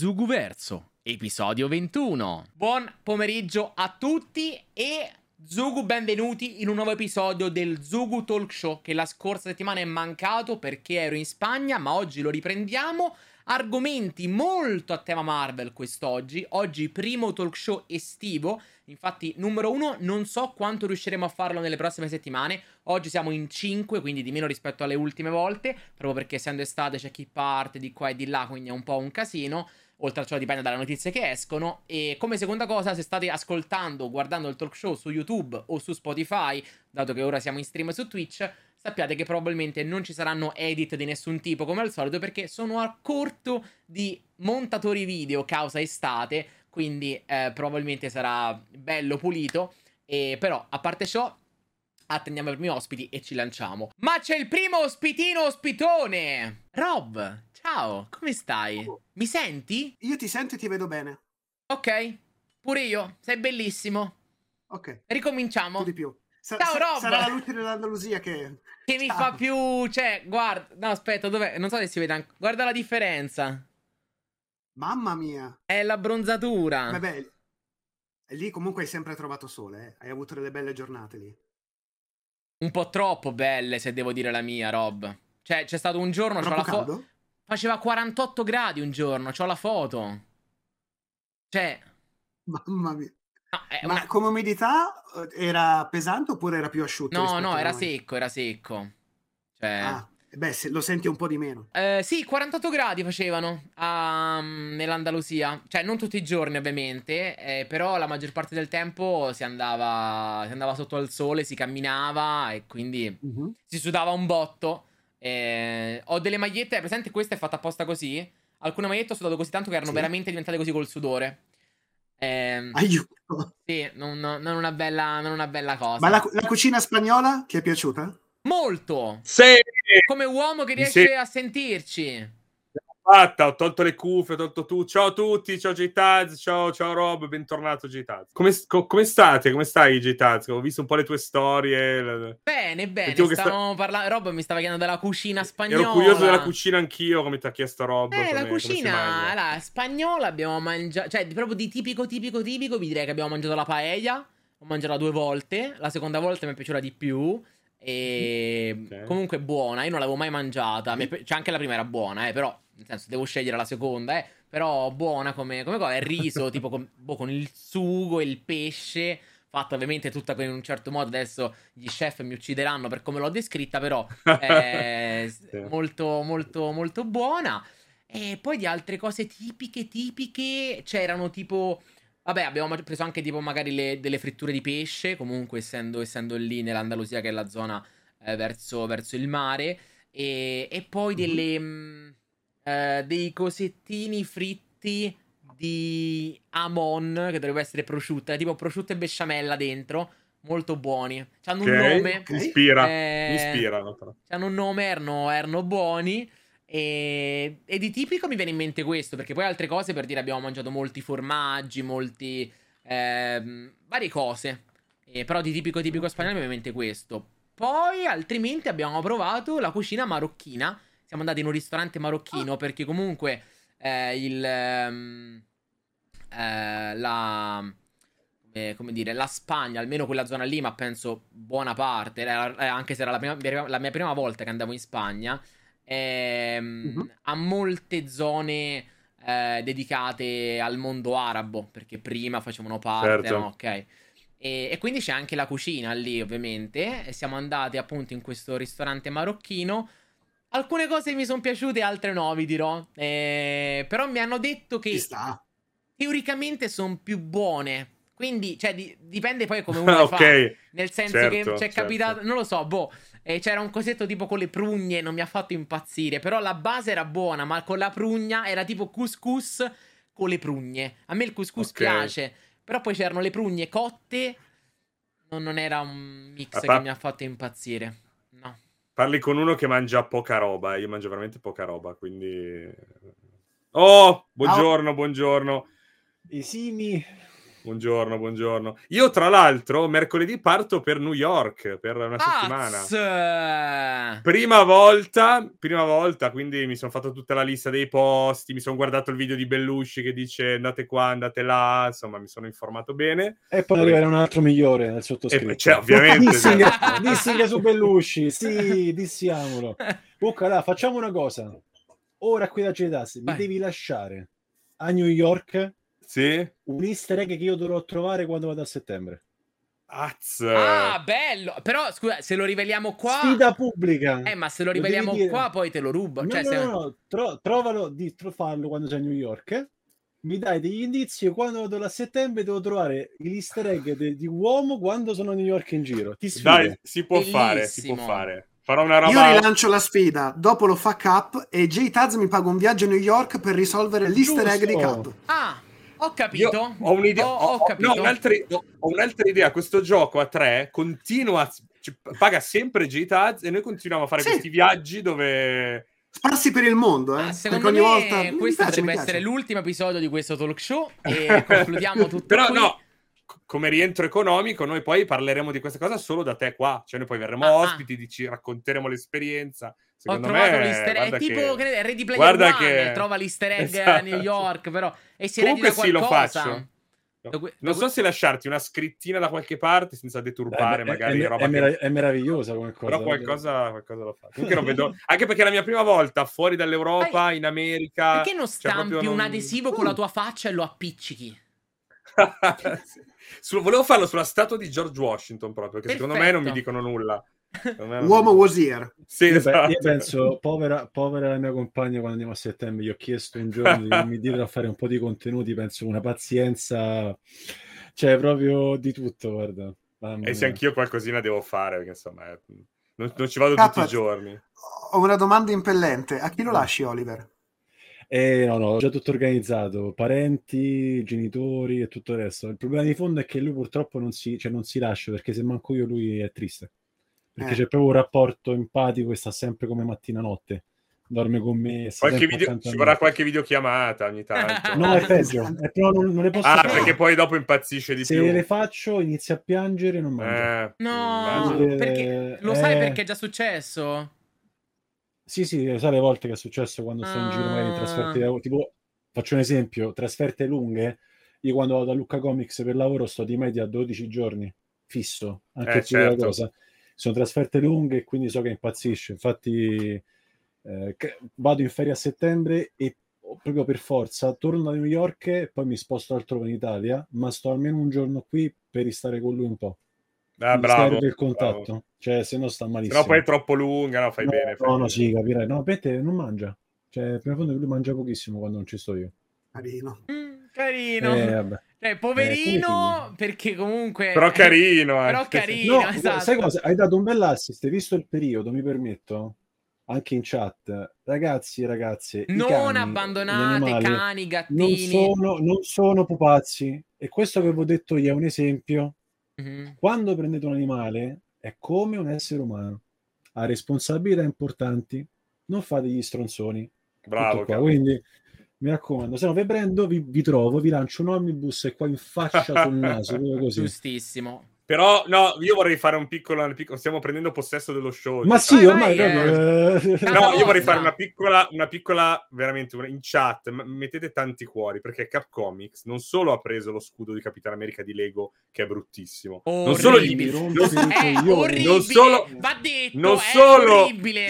Zuguverso, episodio 21. Buon pomeriggio a tutti e Zugu, benvenuti in un nuovo episodio del Zugu Talk Show, che la scorsa settimana è mancato perché ero in Spagna, ma oggi lo riprendiamo. Argomenti molto a tema Marvel quest'oggi. Oggi primo talk show estivo. Infatti, numero 1, non so quanto riusciremo a farlo nelle prossime settimane. Oggi siamo in 5, quindi di meno rispetto alle ultime volte, proprio perché essendo estate c'è chi parte di qua e di là, quindi è un po' un casino. Oltre a ciò dipende dalle notizie che escono. E come seconda cosa, se state ascoltando o guardando il talk show su YouTube o su Spotify, dato che ora siamo in stream su Twitch, sappiate che probabilmente non ci saranno edit di nessun tipo come al solito, perché sono a corto di montatori video causa estate, quindi probabilmente sarà bello pulito. Però a parte ciò, attendiamo i primi ospiti e ci lanciamo. Ma c'è il primo ospitone! Rob, ciao, come stai? Mi senti? Io ti sento e ti vedo bene. Ok, pure io, sei bellissimo. Ok. Ricominciamo. Tu di più. Ciao Rob! Sarà la luce dell'Andalusia che mi fa più... Cioè, guarda... No, aspetta, dov'è? Non so se si vede anche... Guarda la differenza. Mamma mia. È l'abbronzatura. Vabbè, lì comunque hai sempre trovato sole, eh? Hai avuto delle belle giornate lì. Un po' troppo belle, se devo dire la mia, Rob. Cioè, c'è stato un giorno... Troppo caldo? Faceva 48 gradi un giorno, c'ho la foto. Cioè... Mamma mia. No, Ma come umidità era pesante oppure era più asciutto? No, era noi? secco, era secco. Cioè... Beh, lo senti un po' di meno. Sì, 48 gradi facevano nell'Andalusia. Cioè, non tutti i giorni, ovviamente. Però la maggior parte del tempo si andava sotto al sole, si camminava e quindi si sudava un botto. Ho delle magliette, presente, questa è fatta apposta così. Alcune magliette ho sudato così tanto che erano veramente diventate così col sudore. Aiuto. Sì, non una bella cosa. Ma la cucina spagnola ti è piaciuta? Molto! Sì! Come uomo che riesce a sentirci. Fatta, ho tolto le cuffie, ho tolto tutto. Ciao a tutti, ciao J-Taz, ciao Rob, bentornato J-Taz. Come state? Come stai J-Taz? Ho visto un po' le tue storie. Bene, stavamo parlando. Rob mi stava chiedendo della cucina spagnola. Ero curioso della cucina anch'io, come ti ha chiesto Rob. La cucina spagnola abbiamo mangiato. Cioè, proprio di tipico, vi direi che abbiamo mangiato la paella. Ho mangiato 2 volte. La seconda volta mi è piaciuta di più. E comunque buona. Io non l'avevo mai mangiata. Cioè, anche la prima era buona, però. Nel senso, devo scegliere la seconda, però buona come cosa. È riso, tipo con il sugo, il pesce. Fatta ovviamente tutta in un certo modo. Adesso gli chef mi uccideranno per come l'ho descritta, però è molto, molto, molto buona. E poi di altre cose tipiche, c'erano tipo... Vabbè, abbiamo preso anche tipo magari delle fritture di pesce, comunque essendo lì nell'Andalusia, che è la zona verso il mare. E poi dei cosettini fritti di Amon, che dovrebbe essere prosciutta, tipo prosciutto e besciamella dentro, molto buoni. C'hanno un nome. Mi ispira. C'hanno un nome, erano buoni. E di tipico mi viene in mente questo, perché poi altre cose, per dire, abbiamo mangiato molti formaggi, varie cose. Però di tipico spagnolo mi viene in mente questo. Poi altrimenti abbiamo provato la cucina marocchina. Siamo andati in un ristorante marocchino perché comunque la Spagna, almeno quella zona lì, ma penso buona parte, anche se era la mia prima volta che andavo in Spagna, ha molte zone dedicate al mondo arabo, perché prima facevano parte, no? Ok. E quindi c'è anche la cucina lì, ovviamente. E siamo andati appunto in questo ristorante marocchino. Alcune cose mi sono piaciute, altre no, vi dirò. Però mi hanno detto che teoricamente sono più buone. Quindi, cioè, dipende poi come uno fa. Nel senso che c'è capitato, non lo so, c'era un cosetto tipo con le prugne, non mi ha fatto impazzire. Però la base era buona, ma con la prugna era tipo couscous con le prugne. A me il couscous piace. Però poi c'erano le prugne cotte. Non era un mix che mi ha fatto impazzire. No. Parli con uno che mangia poca roba. Io mangio veramente poca roba, quindi... Oh, buongiorno. Esimi. Buongiorno. Io, tra l'altro, mercoledì parto per New York per una settimana. Prima volta, quindi mi sono fatto tutta la lista dei posti, mi sono guardato il video di Bellusci che dice andate qua, andate là, insomma, mi sono informato bene. E poi arriverà un altro migliore nel sottoscritto. Cioè, ovviamente. Dissing su Bellusci, sì, dissiamolo. Luca, là, facciamo una cosa. Ora qui da Getas, mi devi lasciare a New York un easter egg che io dovrò trovare quando vado a settembre. Ah, bello! Però scusa, se lo riveliamo qua, sfida pubblica. Ma se lo riveliamo qua poi te lo rubo. No, trovalo di farlo quando sei a New York. Mi dai degli indizi e quando vado a settembre devo trovare l'easter egg di uomo quando sono a New York in giro. Ti sfido. Dai, si può fare. Farò una roba. Io rilancio la sfida, dopo lo fa Cap e J-Taz mi paga un viaggio a New York per risolvere l'easter egg di Cap. Ah, ho capito. Io ho un'idea. Ho un'altra idea. Questo gioco a 3 continua, paga sempre J-Taz e noi continuiamo a fare questi viaggi dove sparsi per il mondo, secondo me volta questo potrebbe essere l'ultimo episodio di questo talk show e concludiamo tutto però qui. No, come rientro economico noi poi parleremo di questa cosa solo da te qua, cioè noi poi verremo ospiti, ci racconteremo l'esperienza. Secondo me l'easter egg, tipo Ready Player One, trova l'easter egg a New York, però e si comunque sì, lo faccio. Non so se lasciarti una scrittina da qualche parte senza deturbare magari roba è meravigliosa come cosa. Però qualcosa lo fa. Comunque non vedo, anche perché è la mia prima volta fuori dall'Europa, in America. Perché non stampi un adesivo con la tua faccia e lo appiccichi? Volevo farlo sulla statua di George Washington proprio, perché secondo me non mi dicono nulla. Uomo was here. Sì, esatto. Io penso, povera la mia compagna quando andiamo a settembre, gli ho chiesto un giorno di mi dire a fare un po' di contenuti, penso una pazienza, cioè proprio di tutto, guarda. E se anch'io qualcosina devo fare, perché insomma non ci vado tutti i giorni. Ho una domanda impellente, a chi lo lasci Oliver? No, ho già tutto organizzato, parenti, genitori e tutto il resto. Il problema di fondo è che lui purtroppo non si lascia, perché se manco io lui è triste. Perché c'è proprio un rapporto empatico e sta sempre come mattina-notte. Dorme con me. Ci vorrà qualche videochiamata ogni tanto. No, è peggio. Però non le posso fare. Perché poi dopo impazzisce di più. Se le faccio inizia a piangere e non mangia. No, perché lo sai perché è già successo? Sì, sai le volte che è successo quando sto in giro magari in trasferte. Tipo, faccio un esempio, trasferte lunghe. Io quando vado a Lucca Comics per lavoro sto di media 12 giorni, fisso, anche più della cosa. Sono trasferte lunghe e quindi so che impazzisce. Infatti vado in ferie a settembre e proprio per forza torno da New York e poi mi sposto altrove in Italia, ma sto almeno un giorno qui per ristare con lui un po'. Bravo, serve il contatto, bravo. Cioè se no sta malissimo. No, poi è troppo lunga, no, fai bene. No, sì, capirai. No, Pete non mangia. Cioè, prima fondo lui mangia pochissimo quando non ci sto io. Carino. Poverino, perché comunque... Però carino. Però carino, no, esatto. Sai cosa? Hai dato un bel assist, visto il periodo, mi permetto, anche in chat. Ragazzi e ragazze, non abbandonate cani, gattini. Non sono pupazzi. E questo che vi ho detto io è un esempio. Quando prendete un animale è come un essere umano, ha responsabilità importanti, non fate gli stronzoni. Bravo, quindi mi raccomando, se no vi prendo, vi trovo, vi lancio un omnibus e qua in faccia sul naso, così. Giustissimo. Però no, io vorrei fare un piccolo stiamo prendendo possesso dello show. Ma sì, ormai no, io vorrei fare una piccola veramente in chat, mettete tanti cuori, perché Cap Comics non solo ha preso lo scudo di Capitan America di Lego che è bruttissimo, non solo orribile, va detto, orribile,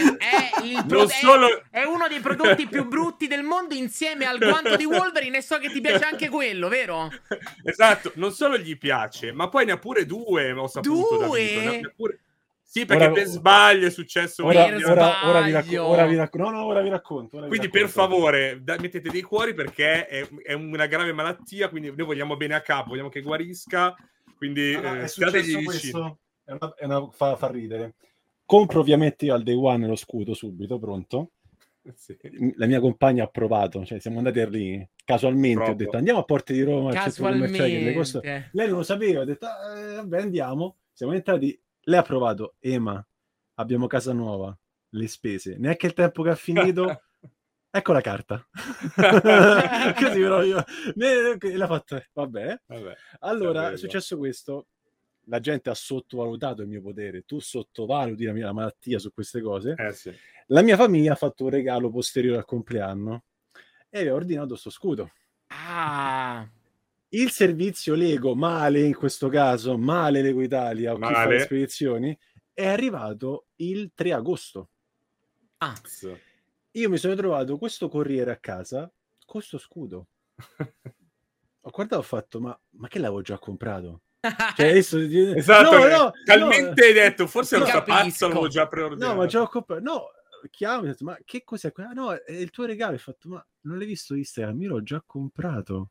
è uno dei prodotti più brutti del mondo insieme al guanto di Wolverine, e so che ti piace anche quello, vero? Esatto, non solo gli piace, ma poi ne ha pure 2, ho saputo da Vito, sì, perché per sbaglio è successo. Ora vi racconto. Quindi per favore mettete dei cuori, perché è una grave malattia, quindi noi vogliamo bene a Capo, vogliamo che guarisca, quindi è successo questo, fa ridere. Compro ovviamente io al day one lo scudo subito, pronto. Sì. La mia compagna ha provato, cioè siamo andati lì casualmente, ho detto andiamo a Porte di Roma al centro commerciale, lei non lo sapeva, ha detto vabbè andiamo, siamo entrati, lei ha provato, ma abbiamo casa nuova, le spese, neanche il tempo che ha finito ecco la carta. Così però io l'ha fatta, vabbè. Allora è successo questo, la gente ha sottovalutato il mio potere, tu sottovaluti la malattia su queste cose. Sì. La mia famiglia ha fatto un regalo posteriore al compleanno e aveva ordinato sto scudo. Il servizio Lego, male in questo caso, male Lego Italia o chi fa le spedizioni, è arrivato il 3 agosto. Io mi sono trovato questo corriere a casa con sto scudo. Ho guardato, ho fatto, ma che l'avevo già comprato? Cioè, adesso... Esatto, talmente hai detto, forse lo pazzo, l'avevo già preordinato. No, ma già ho comprato. No, chiamo, ho detto, ma che cos'è? No, è il tuo regalo. Ho fatto, ma non l'hai visto Instagram? Io l'ho già comprato.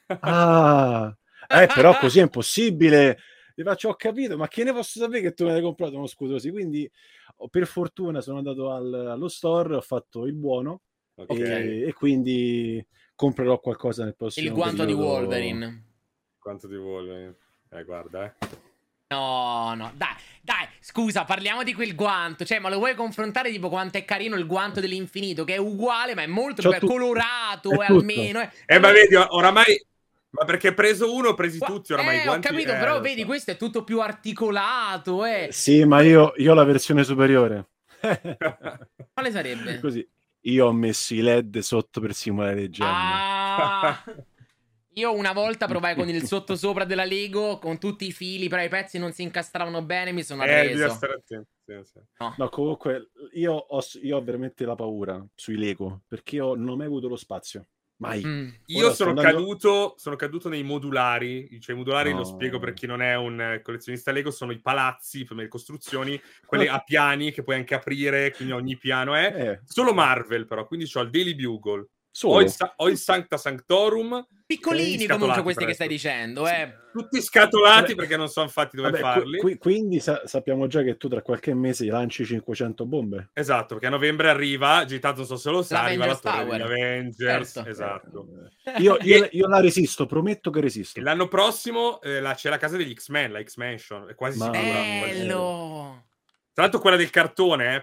Però così è impossibile. Gli faccio, ho capito, ma che ne posso sapere che tu me l'hai comprato uno scudo così? Quindi per fortuna sono andato allo store, ho fatto il buono, e quindi comprerò qualcosa nel prossimo il guanto periodo. di Wolverine. Il guanto di Wolverine. Guarda, No, dai, scusa, parliamo di quel guanto. Cioè, ma lo vuoi confrontare tipo quanto è carino il guanto dell'infinito, che è uguale, ma è molto più colorato, almeno. Ma vedi, oramai... Ma perché preso uno, presi tutti oramai i guanti. Ho capito, però vedi, questo è tutto più articolato, Sì, ma io ho la versione superiore. Quale sarebbe? Così. Io ho messo i LED sotto per simulare le gemme. Io una volta provai con il sottosopra della Lego, con tutti i fili, però i pezzi non si incastravano bene, mi sono arreso. Stare attento. Sì. No, comunque, io ho veramente la paura sui Lego, perché io non ho mai avuto lo spazio. Mai. Io sono caduto nei modulari. Cioè, i modulari, lo spiego per chi non è un collezionista Lego, sono i palazzi, le costruzioni, quelle a piani che puoi anche aprire, quindi ogni piano è solo Marvel, però. Quindi ho il Daily Bugle, ho il Sancta Sanctorum, piccolini comunque questi che stai dicendo, tutti scatolati perché non sono fatti dove farli. Quindi sappiamo già che tu tra qualche mese lanci 500 bombe. Esatto, perché a novembre arriva, Gitato non so se lo sa, arriva la torre degli Avengers. Certo. Esatto. Io la resisto, prometto che resisto. L'anno prossimo c'è la casa degli X-Men, la X-Mansion, è quasi sicura. Bello! Tra l'altro quella del cartone,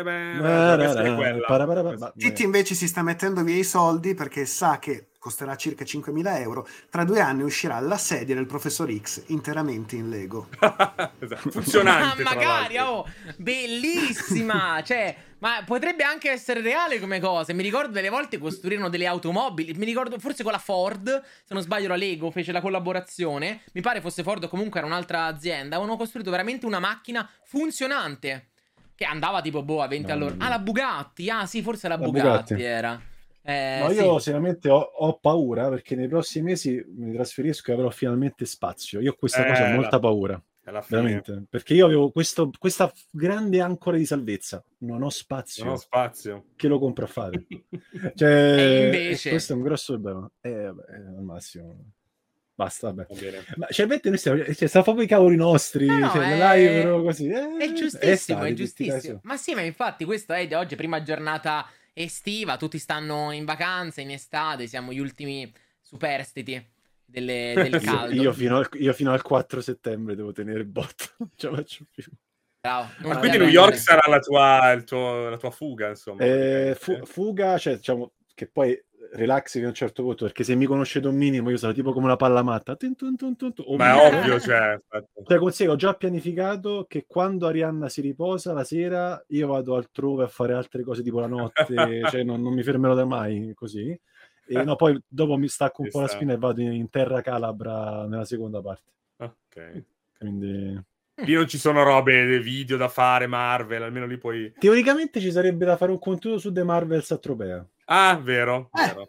Titti invece si sta mettendo via i soldi perché sa che costerà circa 5.000 euro. Tra 2 anni uscirà la sedia del professor X interamente in Lego. Esatto. Funzionante. Ma magari, bellissima! Cioè, ma potrebbe anche essere reale come cosa. Mi ricordo delle volte costruirono delle automobili. Mi ricordo forse con la Ford, se non sbaglio la Lego fece la collaborazione. Mi pare fosse Ford o comunque era un'altra azienda. Avevano costruito veramente una macchina funzionante che andava tipo a 20 all'ora. La Bugatti. Sì, forse la Bugatti era. No, io seriamente ho paura perché nei prossimi mesi mi trasferisco e avrò finalmente spazio. Io ho questa cosa molta paura. Veramente, perché io avevo questa grande ancora di salvezza. Non ho spazio. Che lo compro a fare. Cioè, invece questo è un grosso problema. Al massimo. Basta, vabbè. Ma cioè, noi stiamo proprio i cavoli nostri. Live, però così. È giustissimo, è giustissimo. Ma sì, ma infatti questo è di oggi, prima giornata estiva, tutti stanno in vacanza, in estate, siamo gli ultimi superstiti del caldo. Io fino al 4 settembre devo tenere il botto, non ce la faccio più. Ma quindi New York sarà la tua fuga, insomma. Fuga, cioè, diciamo che poi relax fino a un certo punto, perché se mi conoscete un minimo io sarò tipo come una palla matta. Ma è ovvio, cioè consiglio, ho già pianificato che quando Arianna si riposa la sera io vado altrove a fare altre cose tipo la notte, cioè non mi fermerò da mai così. E no, poi dopo mi stacco un po' la spina e vado in terra calabra nella seconda parte. Ok. Quindi lì non ci sono robe, video da fare, Marvel, almeno lì poi... Teoricamente ci sarebbe da fare un contenuto su The Marvels a Tropea. Vero.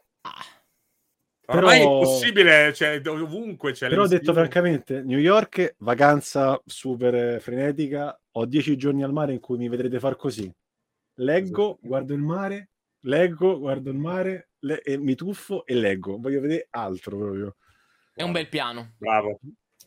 Ormai è impossibile, cioè ovunque c'è. Però ho detto francamente, New York, vacanza super frenetica, ho 10 giorni al mare in cui mi vedrete far così. Leggo, guardo il mare, e mi tuffo e leggo. Voglio vedere altro proprio. È un bel piano. Bravo.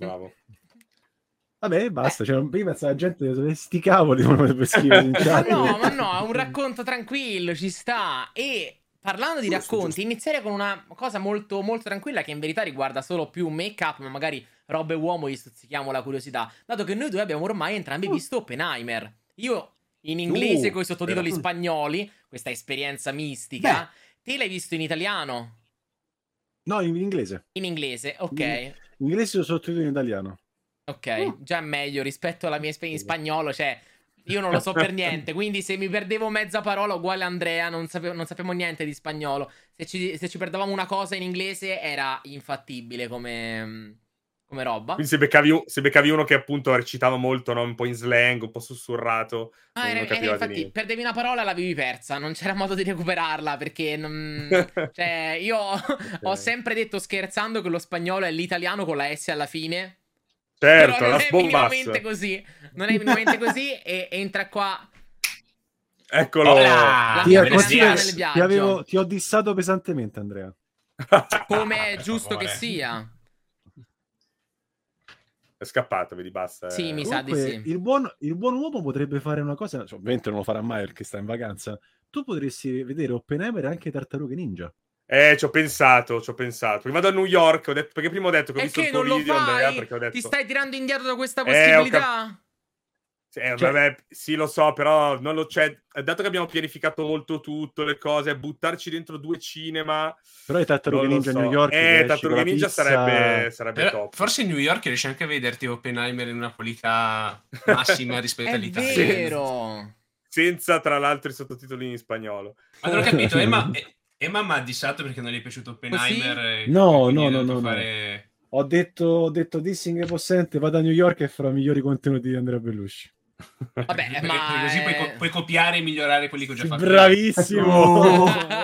Vabbè, basta. Io penso la gente sti cavoli come potrebbe scrivere in chat. Ma no, è un racconto tranquillo, ci sta. E parlando di racconti, inizierei con una cosa molto, molto tranquilla che in verità riguarda solo più make-up, ma magari robe uomo gli stuzzichiamo la curiosità. Dato che noi due abbiamo ormai entrambi visto Oppenheimer. Io in inglese con i sottotitoli spagnoli, questa esperienza mistica. Te l'hai visto in italiano? No, in inglese. In inglese, ok. In inglese lo sottotitolo in italiano. Ok, già meglio rispetto alla mia esperienza in spagnolo, cioè io non lo so per niente, quindi se mi perdevo mezza parola uguale a Andrea, non sapevo niente di spagnolo. Se ci perdevamo una cosa in inglese era infattibile come roba. Quindi se beccavi uno che appunto recitava molto, no? Un po' in slang, un po' sussurrato, non capiva infatti niente. perdevi una parola e l'avevi persa, non c'era modo di recuperarla perché cioè io ho sempre detto scherzando che lo spagnolo è l'italiano con la S alla fine. Certo, però non la è minimamente così. Non è minimamente così e entra qua. Eccolo. Ti ho dissato pesantemente, Andrea. Come è giusto che sia. È scappato, vedi, basta. Sì, mi Comunque, sa di sì. Il buon uomo potrebbe fare una cosa, cioè, ovviamente non lo farà mai perché sta in vacanza. Tu potresti vedere Oppenheimer e anche Tartarughe Ninja. Ci ho pensato. Perché vado a New York, perché prima ho detto che ho visto il tuo video, Andrea, perché ho detto... Ti stai tirando indietro da questa possibilità? Vabbè, sì, lo so, però non lo c'è. Dato che abbiamo pianificato molto tutto, le cose, buttarci dentro 2 cinema. Però i Tartarughe Ninja a New York. Tartarughe Ninja sarebbe top. Forse in New York riesci anche a vederti Oppenheimer in una qualità massima rispetto all'Italia. È vero. Senza, tra l'altro, i sottotitoli in spagnolo. Ma non ho capito, Emma mi ha dissato perché non gli è piaciuto Oppenheimer. No. Ho detto dissing e possente, vado a New York e farò migliori contenuti di Andrea Bellusci. Vabbè, ma così puoi copiare e migliorare quelli che ho già fatto. Bravissimo.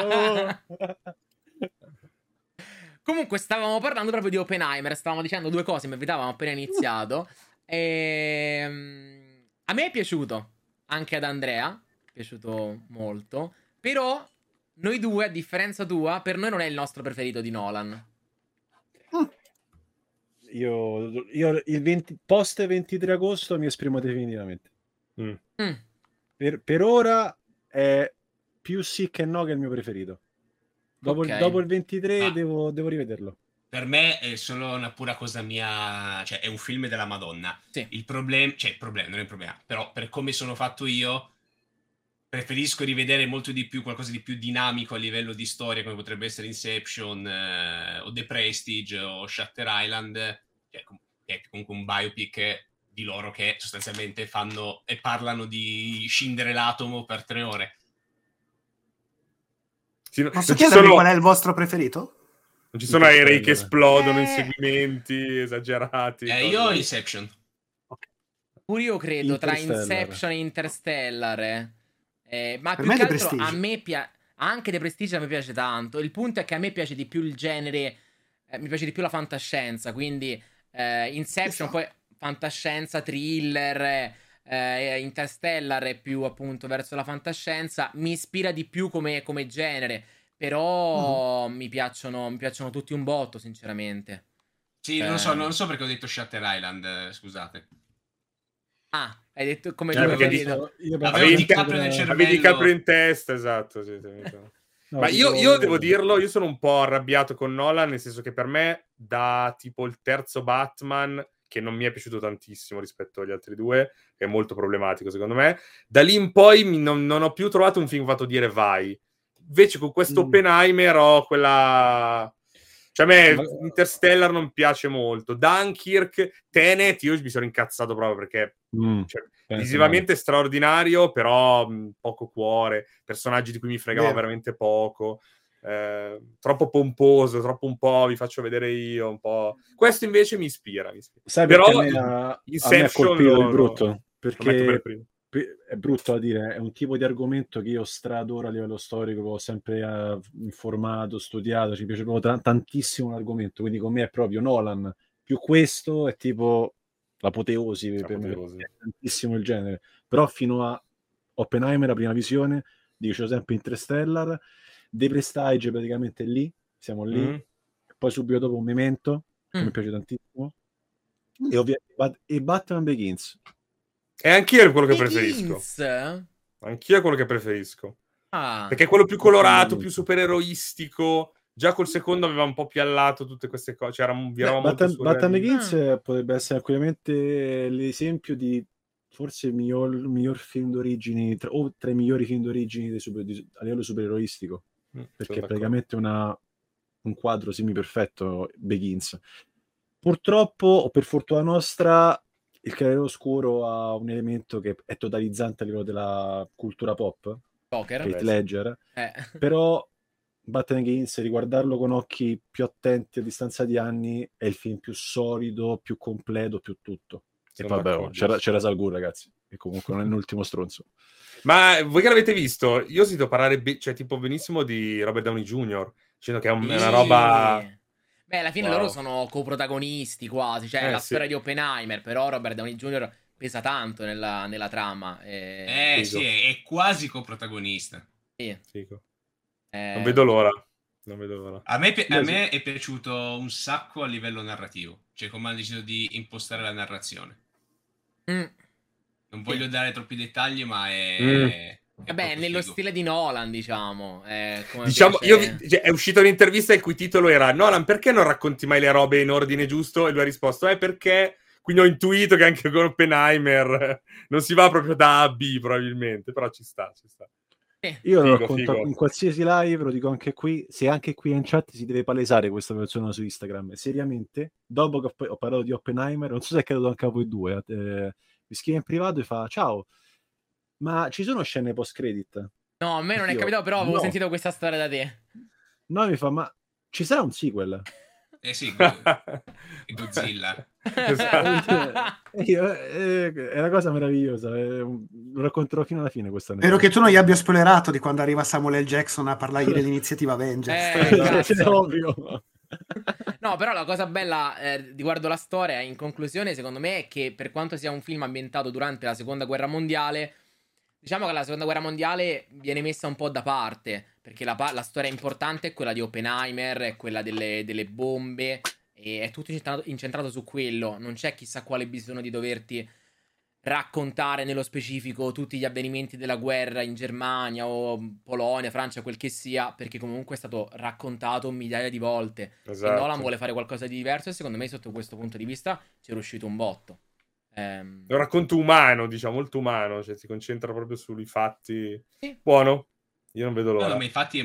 Comunque stavamo parlando proprio di Oppenheimer. Stavamo dicendo 2 cose, mi avevamo appena iniziato. A me è piaciuto. Anche ad Andrea è piaciuto molto. Però noi due, a differenza tua, per noi non è il nostro preferito di Nolan. Io il post 23 agosto mi esprimo definitivamente. Per ora è più sì che no che il mio preferito. Dopo il 23 devo rivederlo. Per me è solo una pura cosa mia, cioè è un film della Madonna. Sì. Il problema non è un problema, però per come sono fatto io preferisco rivedere molto di più qualcosa di più dinamico a livello di storia, come potrebbe essere Inception o The Prestige o Shutter Island, che è comunque un biopic di loro che sostanzialmente fanno e parlano di scindere l'atomo per 3 ore. Posso chiedervi qual è il vostro preferito? Non ci sono aerei che esplodono, inseguimenti esagerati. Io Inception. Pure io credo tra Inception e Interstellar. Ma più che altro a me anche The Prestige a me piace tanto. Il punto è che a me piace di più il genere, mi piace di più la fantascienza. Quindi Inception, poi fantascienza, thriller. Interstellar è più appunto verso la fantascienza. Mi ispira di più come genere. Però mi piacciono tutti un botto, sinceramente. Sì, non so perché ho detto Shutter Island, scusate. Ah, hai detto come avevi DiCaprio nel cervello. Avevi DiCaprio in testa, esatto. Sì. No, ma io devo dirlo, io sono un po' arrabbiato con Nolan, nel senso che per me da tipo il terzo Batman, che non mi è piaciuto tantissimo rispetto agli altri 2, che è molto problematico secondo me, da lì in poi non ho più trovato un film fatto dire vai. Invece con questo Oppenheimer ho quella... Cioè a me Interstellar non piace molto. Dunkirk, Tenet, io mi sono incazzato proprio perché visivamente straordinario, però poco cuore, personaggi di cui mi fregava veramente poco, troppo pomposo, troppo un po' vi faccio vedere io, un po'... Questo invece mi ispira. Sai, però a me ha colpito il brutto, perché è brutto da dire, è un tipo di argomento che io stradoro a livello storico, che ho sempre informato, studiato, ci piace proprio tantissimo l'argomento, quindi con me è proprio Nolan, più questo è tipo l'apoteosi per me, è tantissimo il genere, però fino a Oppenheimer, la prima visione, dicevo sempre Interstellar, The Prestige praticamente lì, siamo lì, poi subito dopo un Memento, che mi piace tantissimo, e Batman Begins. E anch'io è quello che preferisco. Anch'io è quello che preferisco. Perché è quello più colorato, più supereroistico. Già col secondo aveva un po' più allato tutte queste cose. Batman Begins potrebbe essere ovviamente l'esempio di forse il miglior film d'origini, o tra i migliori film d'origini a livello supereroistico. perché è praticamente un quadro semi-perfetto, Begins. Purtroppo, o per fortuna nostra, il Cavaliere Oscuro ha un elemento che è totalizzante a livello della cultura pop, Heath Ledger, però Batman Begins, riguardarlo con occhi più attenti a distanza di anni, è il film più solido, più completo, più tutto. E vabbè, c'era Salgur, ragazzi, che comunque non è l'ultimo stronzo. Ma voi che l'avete visto, io ho sentito parlare tipo benissimo di Robert Downey Jr., dicendo che è una roba... Beh, alla fine loro sono coprotagonisti quasi, cioè la storia di Oppenheimer, però Robert Downey Jr. pesa tanto nella trama. Sì, è quasi coprotagonista. Sì. Non vedo l'ora. A me è piaciuto un sacco a livello narrativo, cioè come hanno deciso di impostare la narrazione. Non voglio dare troppi dettagli, ma è vabbè, nello stile di Nolan, diciamo. Diciamo, è uscita un'intervista il cui titolo era: Nolan, perché non racconti mai le robe in ordine giusto? E lui ha risposto: perché... Quindi ho intuito che anche con Oppenheimer non si va proprio da A a B, probabilmente, però ci sta. Io lo racconto in qualsiasi live, lo dico anche qui, se anche qui in chat si deve palesare questa persona su Instagram, seriamente, dopo che ho parlato di Oppenheimer, non so se è caduto anche a voi due, mi scrive in privato e fa: ciao, ma ci sono scene post-credit? No, a me non è capitato, però avevo sentito questa storia da te. No, mi fa: ma ci sarà un sequel? Sì, Godzilla. È una cosa meravigliosa, lo racconterò fino alla fine questa. Spero che tu non gli abbia spoilerato di quando arriva Samuel L. Jackson a parlargli dell'iniziativa Avengers. È ovvio. No, però la cosa bella riguardo la storia, in conclusione, secondo me, è che per quanto sia un film ambientato durante la Seconda Guerra Mondiale, diciamo che la Seconda Guerra Mondiale viene messa un po' da parte, perché la storia importante è quella di Oppenheimer, è quella delle bombe, e è tutto incentrato su quello. Non c'è chissà quale bisogno di doverti raccontare nello specifico tutti gli avvenimenti della guerra in Germania o Polonia, Francia, quel che sia, perché comunque è stato raccontato migliaia di volte. Esatto. E Nolan vuole fare qualcosa di diverso, e secondo me sotto questo punto di vista ci è riuscito un botto. È un racconto umano, diciamo, molto umano, cioè si concentra proprio sui fatti. Sì. Buono, io non vedo l'ora. No, ma infatti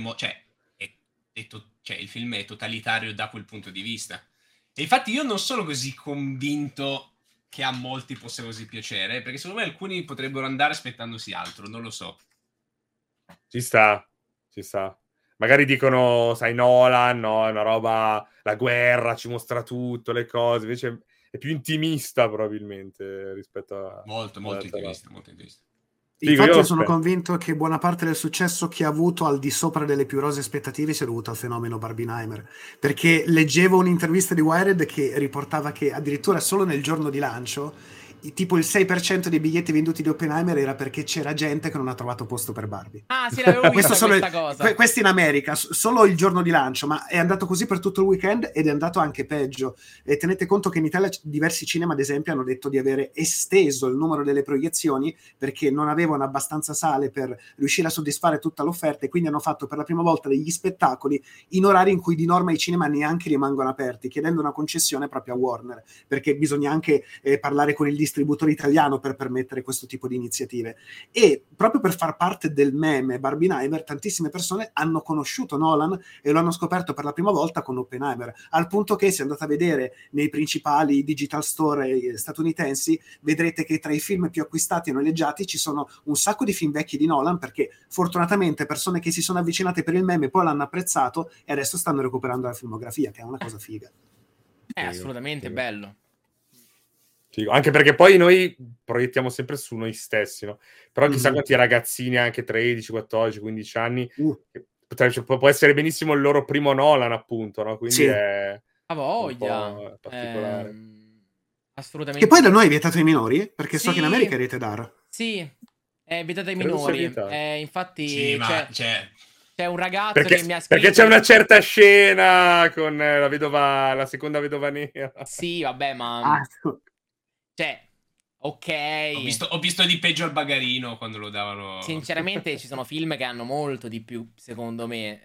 il film è totalitario da quel punto di vista. E infatti io non sono così convinto che a molti possa così piacere, perché secondo me alcuni potrebbero andare aspettandosi altro, non lo so. Ci sta. Magari dicono, sai, Nolan, no, è una roba, la guerra ci mostra tutto, le cose, invece è più intimista probabilmente rispetto a... Molto intimista. Infatti io sono convinto che buona parte del successo che ha avuto al di sopra delle più rose aspettative sia dovuto al fenomeno Barbenheimer, perché leggevo un'intervista di Wired che riportava che addirittura solo nel giorno di lancio tipo il 6% dei biglietti venduti di Oppenheimer era perché c'era gente che non ha trovato posto per Barbie. Sì, l'avevo vista questa cosa. Questo in America, solo il giorno di lancio, ma è andato così per tutto il weekend ed è andato anche peggio. E tenete conto che in Italia diversi cinema, ad esempio, hanno detto di avere esteso il numero delle proiezioni perché non avevano abbastanza sale per riuscire a soddisfare tutta l'offerta, e quindi hanno fatto per la prima volta degli spettacoli in orari in cui di norma i cinema neanche rimangono aperti, chiedendo una concessione proprio a Warner, perché bisogna anche parlare con il distributore italiano per permettere questo tipo di iniziative. E proprio per far parte del meme Barbenheimer, tantissime persone hanno conosciuto Nolan e lo hanno scoperto per la prima volta con Oppenheimer, al punto che, se andate a vedere nei principali digital store statunitensi, vedrete che tra i film più acquistati e noleggiati ci sono un sacco di film vecchi di Nolan, perché fortunatamente persone che si sono avvicinate per il meme poi l'hanno apprezzato e adesso stanno recuperando la filmografia, che è una cosa figa. È assolutamente bello. Anche perché poi noi proiettiamo sempre su noi stessi, no? Però chissà quanti ragazzini, anche 13, 14, 15 anni, può essere benissimo il loro primo Nolan, appunto, no? Quindi è voglia. un po' particolare. Assolutamente. Che poi da noi è vietato ai minori, perché so che in America è rated R. Sì, è vietato ai minori. Infatti c'è un ragazzo che mi ha scritto... Perché c'è una certa scena con la seconda vedova nera. Sì, vabbè, ma... Cioè, ok. Ho visto di peggio al Bagarino quando lo davano. Sinceramente, ci sono film che hanno molto di più, secondo me.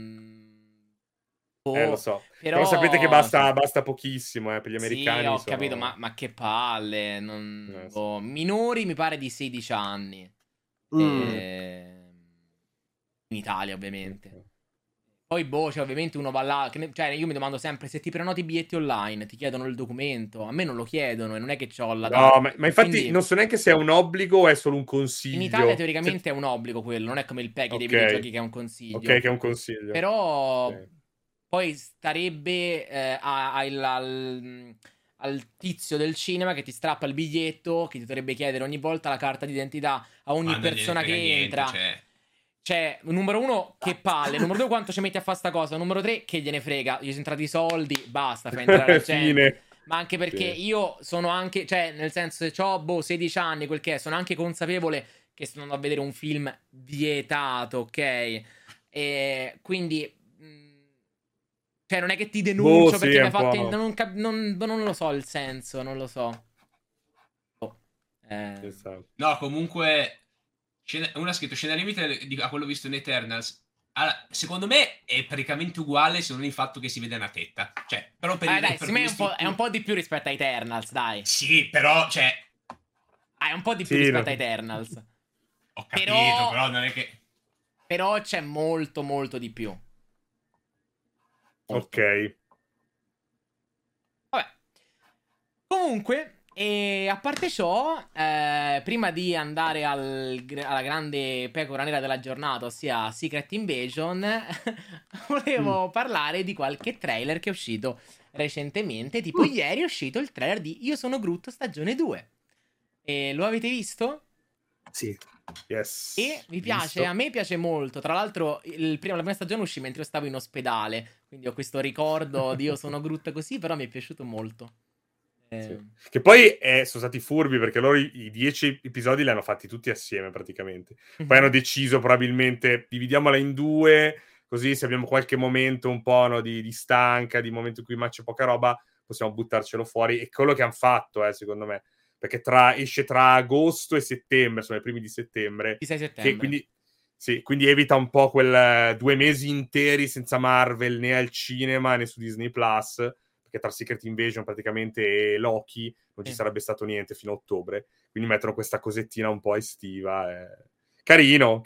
Lo so. Però sapete che basta pochissimo per gli americani. Sì, ho capito, ma che palle. Minori mi pare di 16 anni. In Italia, ovviamente. Poi, cioè, ovviamente uno va là. Cioè, io mi domando sempre se ti prenoti i biglietti online, ti chiedono il documento. A me non lo chiedono e non è che c'ho la data. No, ma infatti Quindi, non so neanche se è un obbligo o è solo un consiglio. in Italia teoricamente è un obbligo quello, non è come il PEGI dei videogiochi che è un consiglio. Ok, che è un consiglio. Però Okay. poi starebbe al tizio del cinema che ti strappa il biglietto, che ti dovrebbe chiedere ogni volta la carta d'identità a ogni persona che entra. Cioè, numero 1, che palle. Numero 2, quanto ci metti a fare sta cosa. Numero 3, che gliene frega. Gli sono entrati i soldi, basta, fai entrare la gente. Ma anche perché io sono anche, cioè, nel senso, se ho 16 anni, quel che è, sono anche consapevole che sto andando a vedere un film vietato, ok? E quindi, cioè, non è che ti denuncio perché mi hai fatto... Non lo so il senso, non lo so. No, comunque... Uno ha scritto scena limite a quello visto in Eternals. Allora, secondo me è praticamente uguale, se non il fatto che si vede una tetta. Cioè, però per dai, secondo me è un po' di più rispetto a Eternals, dai. Sì, però, cioè... è un po' di più rispetto a Eternals. Ho capito, però non è che... Però c'è molto, molto di più. Molto. Ok. Vabbè. Comunque... E a parte ciò, prima di andare alla grande pecora nera della giornata, ossia Secret Invasion, volevo parlare di qualche trailer che è uscito recentemente. Tipo ieri è uscito il trailer di Io sono Groot stagione 2. E lo avete visto? Sì. Yes. E mi piace, a me piace molto. Tra l'altro la prima stagione uscì mentre io stavo in ospedale, quindi ho questo ricordo di Io sono Groot così, però mi è piaciuto molto. Sì. Che poi sono stati furbi perché loro i 10 episodi li hanno fatti tutti assieme praticamente. Poi hanno deciso probabilmente dividiamola in 2, così se abbiamo qualche momento un po' di stanca, di momento in cui c'è poca roba, possiamo buttarcelo fuori. E quello che hanno fatto, secondo me, perché esce tra agosto e settembre, sono i primi di settembre. Di 6 settembre. Quindi evita un po' quel 2 mesi interi senza Marvel né al cinema né su Disney Plus, perché tra Secret Invasion praticamente e Loki non ci sarebbe stato niente fino a ottobre, quindi mettono questa cosettina un po' estiva. Carino.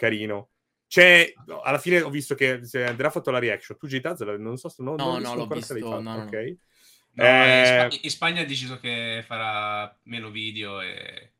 Alla fine ho visto che Andrea ha fatto la reaction. Tu J-Taz non so se non l'ho ancora visto, se l'hai fatto. no. Ok. In Spagna ha deciso che farà meno video e...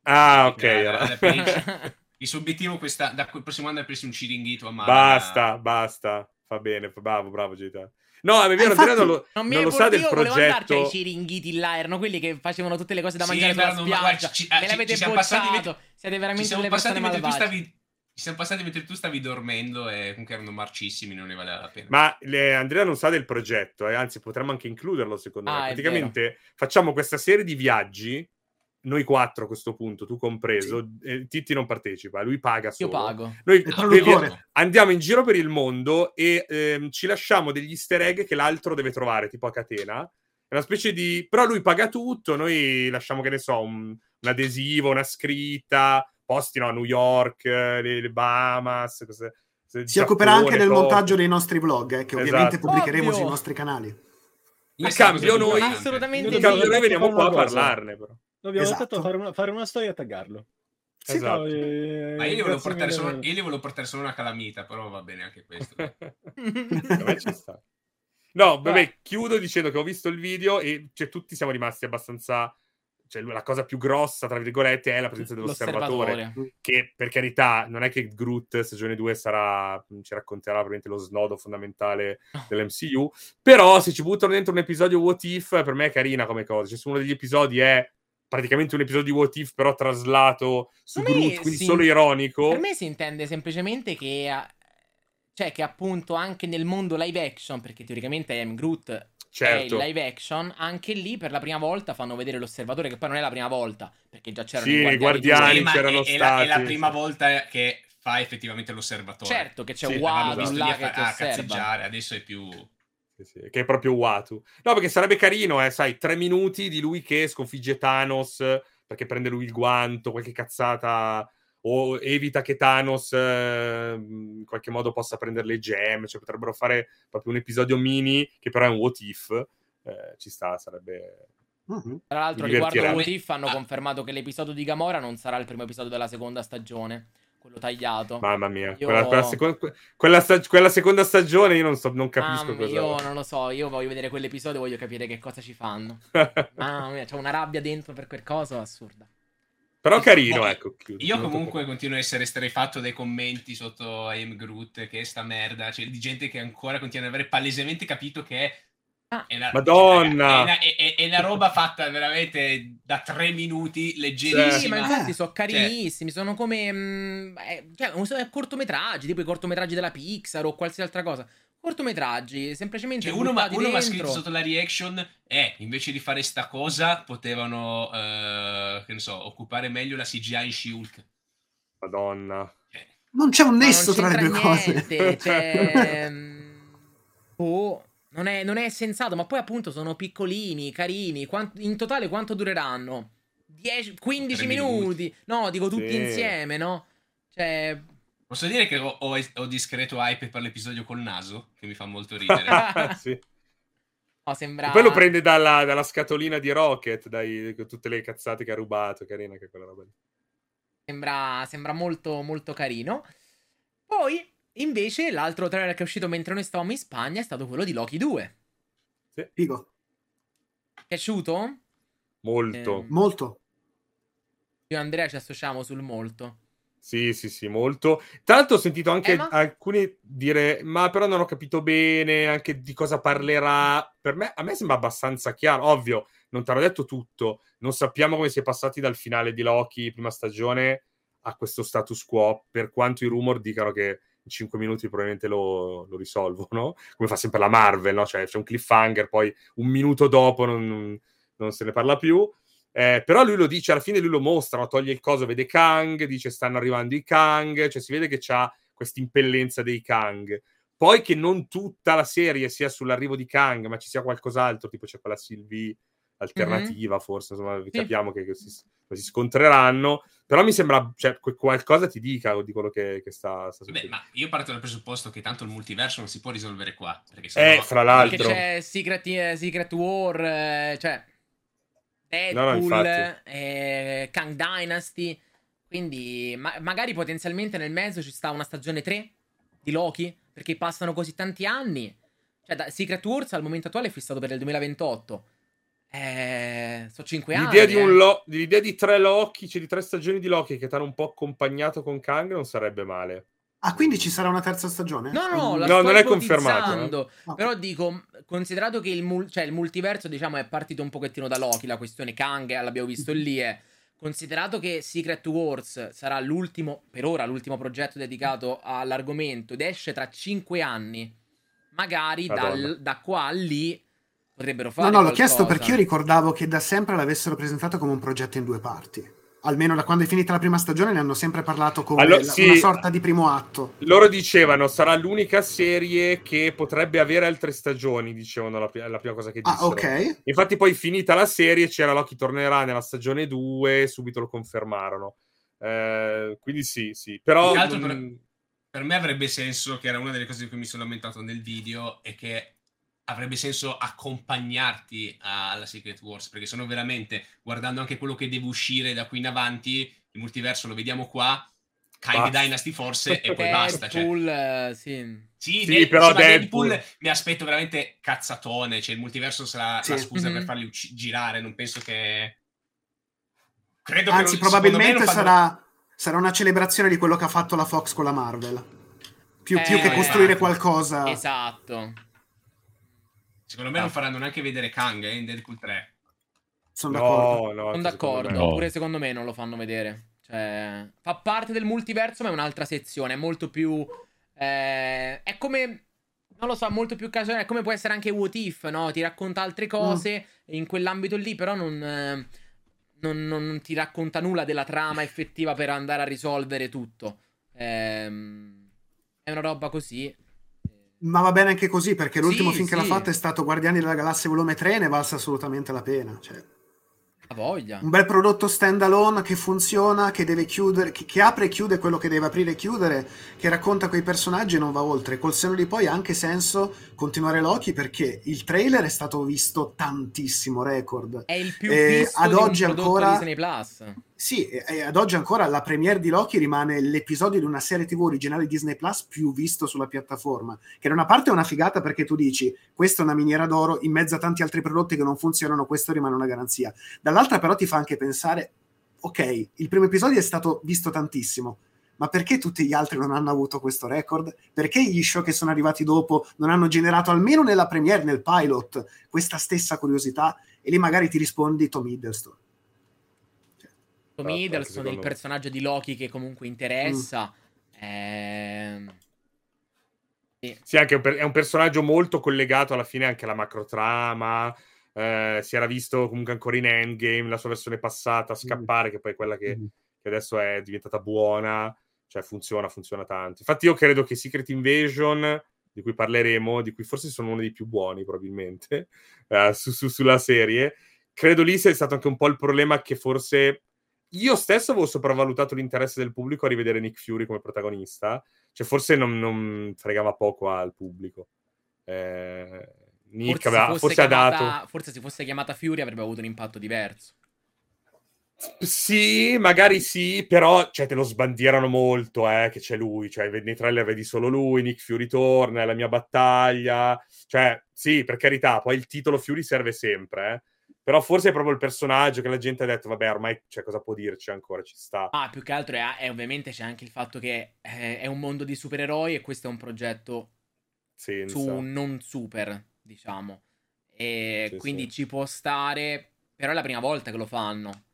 ok. Il suo obiettivo da quel prossimo anno è preso un ciringhito a Malaga. Basta. Va bene, bravo J-Taz. No, è vero, Andrea non lo sa del progetto. Volevo andarci ai ciringhiti là, erano quelli che facevano tutte le cose da mangiare sulla spiaggia. Me l'avete bocciato. Siete veramente delle persone malvagie. Ci siamo passati mentre tu stavi dormendo e comunque erano marcissimi, non ne valeva la pena. Ma Andrea non sa del progetto, anzi potremmo anche includerlo secondo me. Praticamente facciamo questa serie di viaggi, noi 4 a questo punto, tu compreso, Titti non partecipa, lui paga solo. Io pago. Noi andiamo in giro per il mondo e ci lasciamo degli easter egg che l'altro deve trovare, tipo a catena. È una specie di... però lui paga tutto, noi lasciamo, che ne so, un adesivo, una scritta, posti a New York, le Bahamas, si occuperà anche del montaggio dei nostri vlog, che ovviamente pubblicheremo sui nostri canali. In cambio noi veniamo qua a parlarne, però. Dobbiamo fare una storia e taggarlo. Esatto. Ma io gli volevo portare solo una calamita, però va bene anche questo. A me ci sta. No, vabbè, chiudo dicendo che ho visto il video e tutti siamo rimasti abbastanza... Cioè, la cosa più grossa, tra virgolette, è la presenza dell'osservatore. Che, per carità, non è che Groot stagione 2 ci racconterà probabilmente lo snodo fondamentale dell'MCU, però se ci buttano dentro un episodio What If, per me è carina come cosa. Cioè, su uno degli episodi è praticamente un episodio di What If, però traslato su Groot, quindi solo ironico. Per me si intende semplicemente che... Cioè, che appunto anche nel mondo live action, perché teoricamente Groot... Certo. È il live action, anche lì per la prima volta fanno vedere l'osservatore, che poi non è la prima volta, perché già c'erano i guardiani c'erano stati. È la prima volta che fa effettivamente l'osservatore. Certo che c'è Watu là che ti osserva. Cazzeggiare, adesso è più... Sì, che è proprio Watu. No, perché sarebbe carino, sai, 3 minuti di lui che sconfigge Thanos, perché prende lui il guanto, qualche cazzata... o evita che Thanos in qualche modo possa prendere le gem, cioè potrebbero fare proprio un episodio mini che però è un what if, ci sta, sarebbe... Tra l'altro riguardo What If hanno confermato che l'episodio di Gamora non sarà il primo episodio della seconda stagione, quello tagliato. Mamma mia, quella seconda stagione io non capisco cosa. Io non lo so, io voglio vedere quell'episodio, voglio capire che cosa ci fanno. Mamma mia, c'ho una rabbia dentro per quel coso assurda. Però carino, ecco. Io comunque continuo a essere esterrefatto dai commenti sotto I Am Groot, che è sta merda, cioè di gente che ancora continua ad avere palesemente capito che è Madonna! È una roba fatta veramente da 3 minuti, leggerissima. Sì, ma infatti sono carinissimi, sono come sono cortometraggi, tipo i cortometraggi della Pixar o qualsiasi altra cosa. Cortometraggi, semplicemente uno mi ha scritto sotto la reaction invece di fare sta cosa potevano che ne so, occupare meglio la CGI in She-Hulk. Madonna. Non c'è un nesso tra le due cose. Cioè, non è sensato, ma poi appunto sono piccolini, carini. In totale quanto dureranno? 15 minuti? No, dico tutti insieme, no? Cioè... Posso dire che ho discreto hype per l'episodio col naso, che mi fa molto ridere. Sì. No, sembra... E poi lo prende dalla scatolina di Rocket, con tutte le cazzate che ha rubato, carina che quella roba lì. Sembra molto molto carino. Poi, invece, l'altro trailer che è uscito mentre noi stavamo in Spagna è stato quello di Loki 2. Sì. Figo. Piaciuto? Molto. Molto. Io e Andrea ci associamo sul molto. Sì, molto. Tanto ho sentito anche alcuni dire, ma però non ho capito bene anche di cosa parlerà. A me sembra abbastanza chiaro. Ovvio, non ti hanno detto tutto. Non sappiamo come si è passati dal finale di Loki, prima stagione, a questo status quo, per quanto i rumor dicano che in 5 minuti probabilmente lo risolvono, come fa sempre la Marvel, no? Cioè c'è un cliffhanger, poi un minuto dopo non se ne parla più. Però lui lo dice, alla fine lui lo mostra, no? Toglie il coso, vede Kang, dice stanno arrivando i Kang, cioè si vede che c'ha questa impellenza dei Kang. Poi che non tutta la serie sia sull'arrivo di Kang, ma ci sia qualcos'altro, tipo c'è quella Sylvie alternativa, forse, insomma, capiamo che si scontreranno, però mi sembra, cioè, qualcosa ti dica di quello che sta succedendo. Ma io parto dal presupposto che tanto il multiverso non si può risolvere qua, perché fra l'altro perché c'è Secret War, cioè Deadpool, Kang Dynasty, quindi magari potenzialmente nel mezzo ci sta una stagione 3 di Loki, perché passano così tanti anni. Cioè Secret Wars al momento attuale è fissato per il 2028. Sono 5 anni. L'idea di 3 Loki, cioè di 3 stagioni di Loki che ti hanno un po' accompagnato con Kang, non sarebbe male. Ah, quindi ci sarà una terza stagione? No, non è confermato. Però dico, considerato che il multiverso, diciamo, è partito un pochettino da Loki, la questione Kang, l'abbiamo visto lì, considerato che Secret Wars sarà per ora l'ultimo progetto dedicato all'argomento ed esce tra 5 anni, magari da qua a lì potrebbero fare l'ho chiesto perché io ricordavo che da sempre l'avessero presentato come un progetto in 2 parti. Almeno da quando è finita la prima stagione ne hanno sempre parlato come una sorta di primo atto. Loro dicevano sarà l'unica serie che potrebbe avere altre stagioni, dicevano la prima cosa che dissero. Ok. Infatti poi finita la serie c'era Loki tornerà nella stagione 2, subito lo confermarono. Quindi sì. Però per me avrebbe senso, che era una delle cose di cui mi sono lamentato nel video, è che avrebbe senso accompagnarti alla Secret Wars, perché sono veramente, guardando anche quello che deve uscire da qui in avanti, il multiverso lo vediamo qua, Kang Dynasty forse e poi basta. Deadpool, sì, però Deadpool mi aspetto veramente cazzatone, cioè il multiverso sarà la scusa per farli girare, non penso che... Anzi, probabilmente sarà una celebrazione di quello che ha fatto la Fox con la Marvel, più che costruire qualcosa. Esatto. Secondo me non faranno neanche vedere Kang in Deadpool 3. Sono d'accordo. Sono d'accordo. Pure secondo me non lo fanno vedere. Cioè, fa parte del multiverso, ma è un'altra sezione. È molto più... è come... Non lo so, molto più casuale. È come può essere anche What If, no? Ti racconta altre cose in quell'ambito lì, però non ti racconta nulla della trama effettiva per andare a risolvere tutto. È una roba così. Ma va bene anche così, perché l'ultimo film che l'ha fatto è stato Guardiani della Galassia volume 3 e ne valsa assolutamente la pena. Cioè, a voglia. Un bel prodotto stand alone che funziona, che deve chiudere, che apre e chiude quello che deve aprire e chiudere, che racconta quei personaggi e non va oltre. Col senno di poi ha anche senso continuare Loki, perché il trailer è stato visto tantissimo, record. È il più visto ad di oggi un prodotto ancora Disney Plus. Sì, e ad oggi ancora la premiere di Loki rimane l'episodio di una serie TV originale Disney Plus più visto sulla piattaforma, che da una parte è una figata perché tu dici questa è una miniera d'oro, in mezzo a tanti altri prodotti che non funzionano questo rimane una garanzia. Dall'altra però ti fa anche pensare, ok, il primo episodio è stato visto tantissimo, ma perché tutti gli altri non hanno avuto questo record? Perché gli show che sono arrivati dopo non hanno generato almeno nella premiere, nel pilot, questa stessa curiosità? E lì magari ti rispondi Tom Hiddleston. Tom Hiddleston, il personaggio di Loki che comunque interessa. Sì, anche è un personaggio molto collegato alla fine anche alla macrotrama. Si era visto comunque ancora in Endgame la sua versione passata scappare, che poi è quella che adesso è diventata buona. Cioè funziona tanto. Infatti io credo che Secret Invasion, di cui parleremo, di cui forse sono uno dei più buoni probabilmente sulla serie, credo lì sia stato anche un po' il problema che forse io stesso avevo sopravvalutato l'interesse del pubblico a rivedere Nick Fury come protagonista. Cioè forse non fregava poco al pubblico. Nick forse ha dato... Forse se fosse chiamata Fury avrebbe avuto un impatto diverso. Sì, magari sì, però cioè, te lo sbandierano molto, che c'è lui, cioè nei trailer vedi solo lui, Nick Fury torna, è la mia battaglia, cioè sì, per carità, poi il titolo Fury serve sempre, però forse è proprio il personaggio che la gente ha detto, vabbè, ormai cioè, cosa può dirci ancora, ci sta. Più che altro è ovviamente c'è anche il fatto che è un mondo di supereroi e questo è un progetto non super, diciamo, e sì, quindi ci può stare, però è la prima volta che lo fanno.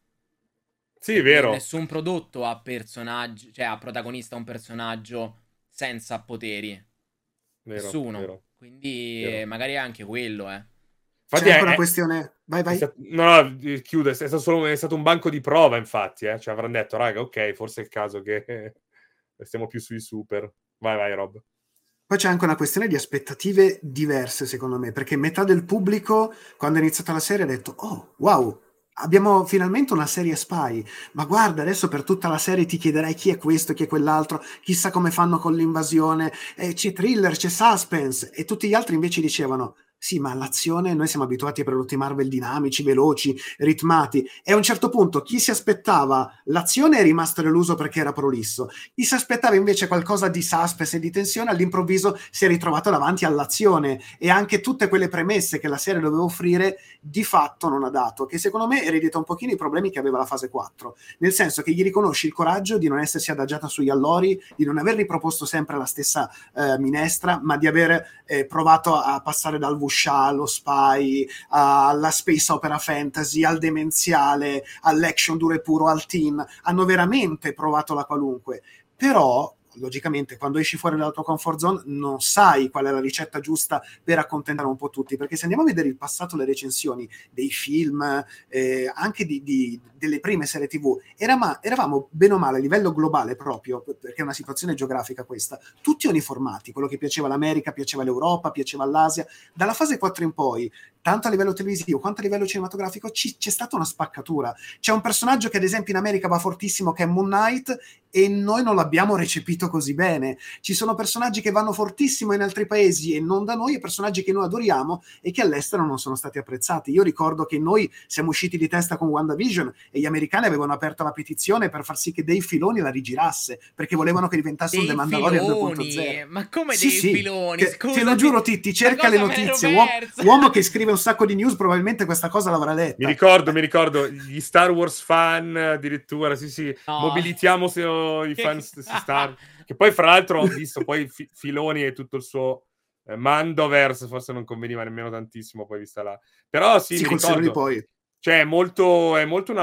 Sì, è vero. Nessun prodotto ha personaggi, cioè ha protagonista un personaggio senza poteri. Vero, nessuno. Vero. Quindi magari è anche quello, Infatti c'è anche una questione... Vai. Chiudo, è stato un banco di prova, infatti, Cioè avranno detto, raga, ok, forse è il caso che stiamo più sui super. Vai, Rob. Poi c'è anche una questione di aspettative diverse, secondo me, perché metà del pubblico, quando è iniziata la serie, ha detto, oh, wow, abbiamo finalmente una serie spy, ma guarda, adesso per tutta la serie ti chiederai chi è questo, chi è quell'altro, chissà come fanno con l'invasione, c'è thriller, c'è suspense, e tutti gli altri invece dicevano, sì, ma l'azione, noi siamo abituati a prodotti Marvel dinamici, veloci, ritmati, e a un certo punto chi si aspettava l'azione è rimasto deluso perché era prolisso, chi si aspettava invece qualcosa di suspense e di tensione all'improvviso si è ritrovato davanti all'azione, e anche tutte quelle premesse che la serie doveva offrire di fatto non ha dato, che secondo me eredita un pochino i problemi che aveva la fase 4, nel senso che gli riconosci il coraggio di non essersi adagiata sugli allori, di non aver riproposto sempre la stessa minestra, ma di aver provato a passare dal allo spy, alla space opera fantasy, al demenziale, all'action duro e puro, al teen. Hanno veramente provato la qualunque, però logicamente quando esci fuori dalla tua comfort zone non sai qual è la ricetta giusta per accontentare un po' tutti, perché se andiamo a vedere il passato, le recensioni dei film, anche delle prime serie TV, eravamo bene o male a livello globale, proprio perché è una situazione geografica questa, tutti uniformati, quello che piaceva all'America, piaceva all'Europa, piaceva all'Asia. Dalla fase 4 in poi, tanto a livello televisivo quanto a livello cinematografico, c'è stata una spaccatura. C'è un personaggio che ad esempio in America va fortissimo, che è Moon Knight, e noi non l'abbiamo recepito così bene. Ci sono personaggi che vanno fortissimo in altri paesi e non da noi, e personaggi che noi adoriamo e che all'estero non sono stati apprezzati. Io ricordo che noi siamo usciti di testa con WandaVision e gli americani avevano aperto la petizione per far sì che Dave Filoni la rigirasse, perché volevano che diventasse un The Mandalorian 2.0. Ma come Dave Filoni? Te lo giuro, Titti, cerca le notizie. Uomo che scrive un sacco di news, probabilmente questa cosa l'avrà letta. Mi ricordo gli Star Wars fan addirittura, sì, no. Mobilitiamo i fan Star, che poi fra l'altro ho visto poi Filoni e tutto il suo Mandoverse, forse non conveniva nemmeno tantissimo poi vista là, però sì, mi ricordo poi. Cioè è molto una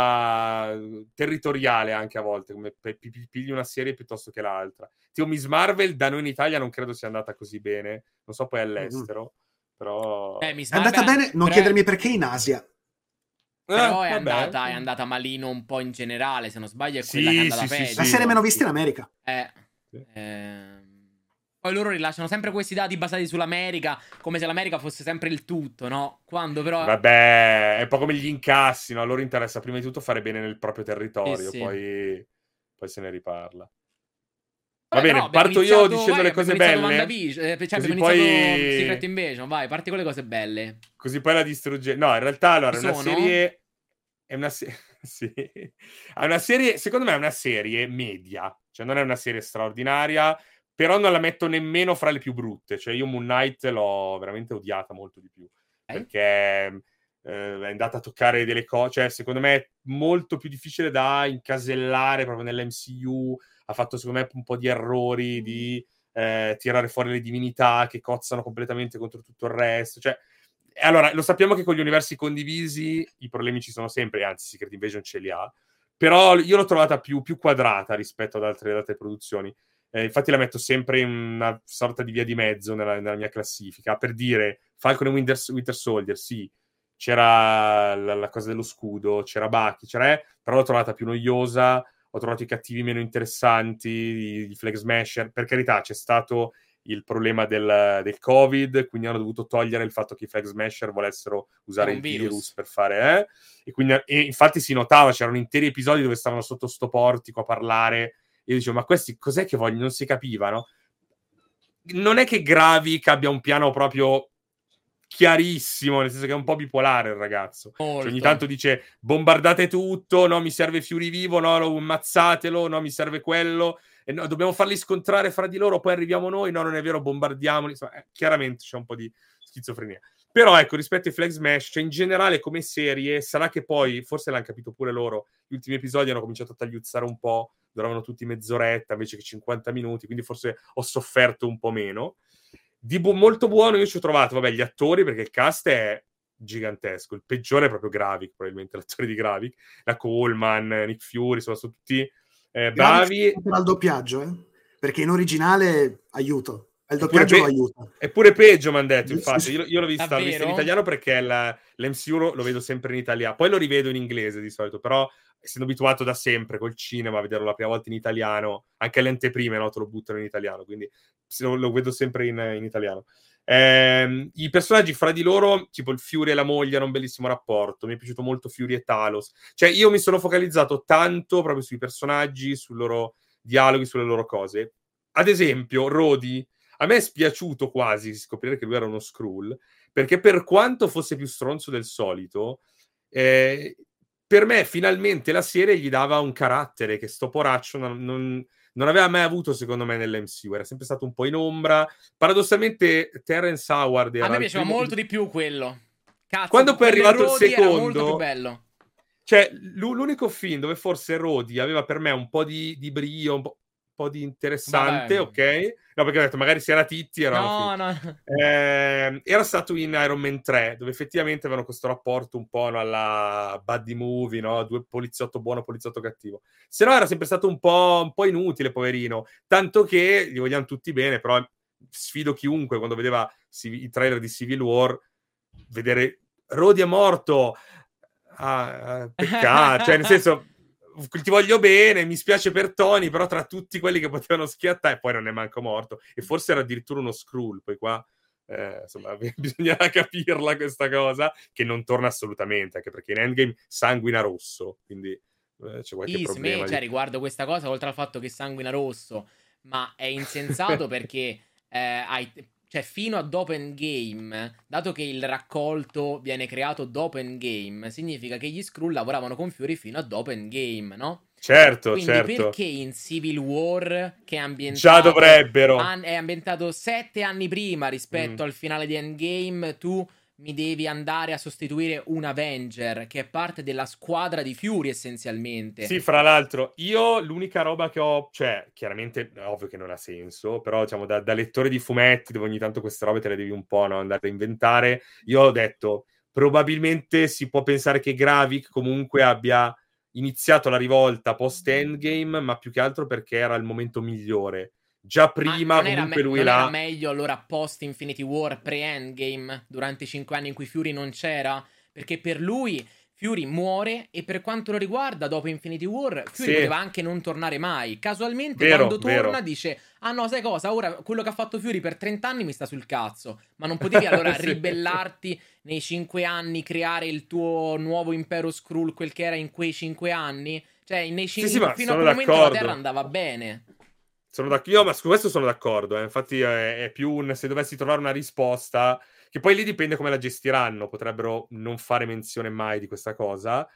roba territoriale anche a volte, come pigli una serie piuttosto che l'altra. Tipo Miss Marvel da noi in Italia non credo sia andata così bene, non so poi all'estero, però è andata bene, non chiedermi perché in Asia. Però è andata malino un po' in generale, se non sbaglio è quella che è andata peggio. La serie meno vista in America. Poi loro rilasciano sempre questi dati basati sull'America, come se l'America fosse sempre il tutto, no? Quando però... Vabbè, è un po' come gli incassi, no? A loro interessa prima di tutto fare bene nel proprio territorio, sì. Poi se ne riparla. Va bene, parto io dicendo le cose belle. Abbiamo iniziato Secret Invasion, vai, parti con le cose belle. Così poi la distrugge. No, in realtà allora è una serie Sì. È una serie, secondo me è una serie media, cioè non è una serie straordinaria, però non la metto nemmeno fra le più brutte. Cioè io Moon Knight l'ho veramente odiata molto di più, perché è andata a toccare delle cose, cioè secondo me è molto più difficile da incasellare proprio nell'MCU, ha fatto secondo me un po' di errori, di tirare fuori le divinità che cozzano completamente contro tutto il resto, cioè allora, lo sappiamo che con gli universi condivisi i problemi ci sono sempre, anzi Secret Invasion ce li ha, però io l'ho trovata più quadrata rispetto ad altre produzioni. Infatti la metto sempre in una sorta di via di mezzo nella mia classifica. Per dire, Falcon e Winter Soldier, sì, c'era la cosa dello scudo, c'era Bucky, però l'ho trovata più noiosa, ho trovato i cattivi meno interessanti, i Flag Smasher, per carità c'è stato il problema del Covid, quindi hanno dovuto togliere il fatto che i Flag Smasher volessero usare il virus per fare... E infatti si notava, c'erano interi episodi dove stavano sotto sto portico a parlare, e io dicevo, ma questi cos'è che vogliono? Non si capivano. Non è che Gravik abbia un piano proprio chiarissimo, nel senso che è un po' bipolare il ragazzo. Cioè, ogni tanto dice, bombardate tutto, no, mi serve Fury vivo, no, ammazzatelo, no, mi serve quello... no, dobbiamo farli scontrare fra di loro, poi arriviamo noi, no, non è vero, bombardiamoli, insomma, chiaramente c'è un po' di schizofrenia. Però ecco, rispetto ai Flag Smash, cioè in generale come serie, sarà che poi, forse l'hanno capito pure loro, gli ultimi episodi hanno cominciato a tagliuzzare un po', duravano tutti mezz'oretta invece che 50 minuti, quindi forse ho sofferto un po' meno. Di molto buono io ci ho trovato, vabbè, gli attori, perché il cast è gigantesco, il peggiore è proprio Gravik, probabilmente l'attore di Gravik, la Coleman, Nick Fury, sono tutti... bravi al doppiaggio, perché in originale aiuto, il doppiaggio lo aiuta. È pure peggio, mi hanno detto, infatti. Io l'ho vista in italiano perché l'MCU lo vedo sempre in italiano, poi lo rivedo in inglese di solito, però essendo abituato da sempre col cinema a vederlo la prima volta in italiano, anche le anteprime, no, te lo buttano in italiano, quindi lo vedo sempre in italiano. I personaggi fra di loro, tipo il Fury e la moglie, hanno un bellissimo rapporto. Mi è piaciuto molto Fury e Talos. Cioè, io mi sono focalizzato tanto proprio sui personaggi, sui loro dialoghi, sulle loro cose. Ad esempio, Rhodey, a me è spiaciuto quasi scoprire che lui era uno Skrull, perché per quanto fosse più stronzo del solito, per me finalmente la serie gli dava un carattere che sto poraccio non aveva mai avuto, secondo me, nell'MCU. Era sempre stato un po' in ombra. Paradossalmente Terrence Howard era... A me piaceva molto di più quello. Cazzo, quando poi è arrivato il secondo... era molto più bello. Cioè, l'unico film dove forse Rhodey aveva per me un po' di brio, un po' di interessante, ok? No, perché ho detto, magari se era Titti era... No. Era stato in Iron Man 3, dove effettivamente avevano questo rapporto un po', no, alla buddy movie, no? Due poliziotto buono, poliziotto cattivo. Se no era sempre stato un po' inutile, poverino. Tanto che li vogliamo tutti bene, però sfido chiunque quando vedeva i trailer di Civil War, vedere Rhodey è morto... peccato, cioè nel senso ti voglio bene, mi spiace per Tony, però tra tutti quelli che potevano schiattare, poi non è manco morto, e forse era addirittura uno Skrull, poi qua insomma bisogna capirla questa cosa, che non torna assolutamente, anche perché in Endgame sanguina rosso, quindi c'è qualche problema cioè, riguardo questa cosa, oltre al fatto che sanguina rosso, ma è insensato perché cioè, fino ad Open Game, dato che il raccolto viene creato dopo Endgame, significa che gli Skrull lavoravano con Fury fino ad Open Game, no? Certo, quindi certo. Perché in Civil War, che è ambientato... Già dovrebbero. È ambientato 7 anni prima rispetto al finale di Endgame, tu mi devi andare a sostituire un Avenger, che è parte della squadra di Fury essenzialmente. Sì, fra l'altro, io l'unica roba che ho, cioè, chiaramente, ovvio che non ha senso, però diciamo da lettore di fumetti, dove ogni tanto queste robe te le devi un po', no, andare a inventare, io ho detto, probabilmente si può pensare che Gravik comunque abbia iniziato la rivolta post-Endgame, ma più che altro perché era il momento migliore. Già prima comunque lui non era meglio allora post Infinity War, pre-Endgame, durante i 5 anni in cui Fury non c'era? Perché per lui Fury muore e per quanto lo riguarda dopo Infinity War Fury poteva anche non tornare mai. Casualmente quando torna dice, ah no, sai cosa, ora quello che ha fatto Fury per 30 anni mi sta sul cazzo. Ma non potevi allora ribellarti nei 5 anni, creare il tuo nuovo impero Skrull, quel che era in quei 5 anni? Cioè nei 5 fino a quel momento la Terra andava bene. Io ma su questo sono d'accordo, infatti è più se dovessi trovare una risposta, che poi lì dipende come la gestiranno, potrebbero non fare menzione mai di questa cosa,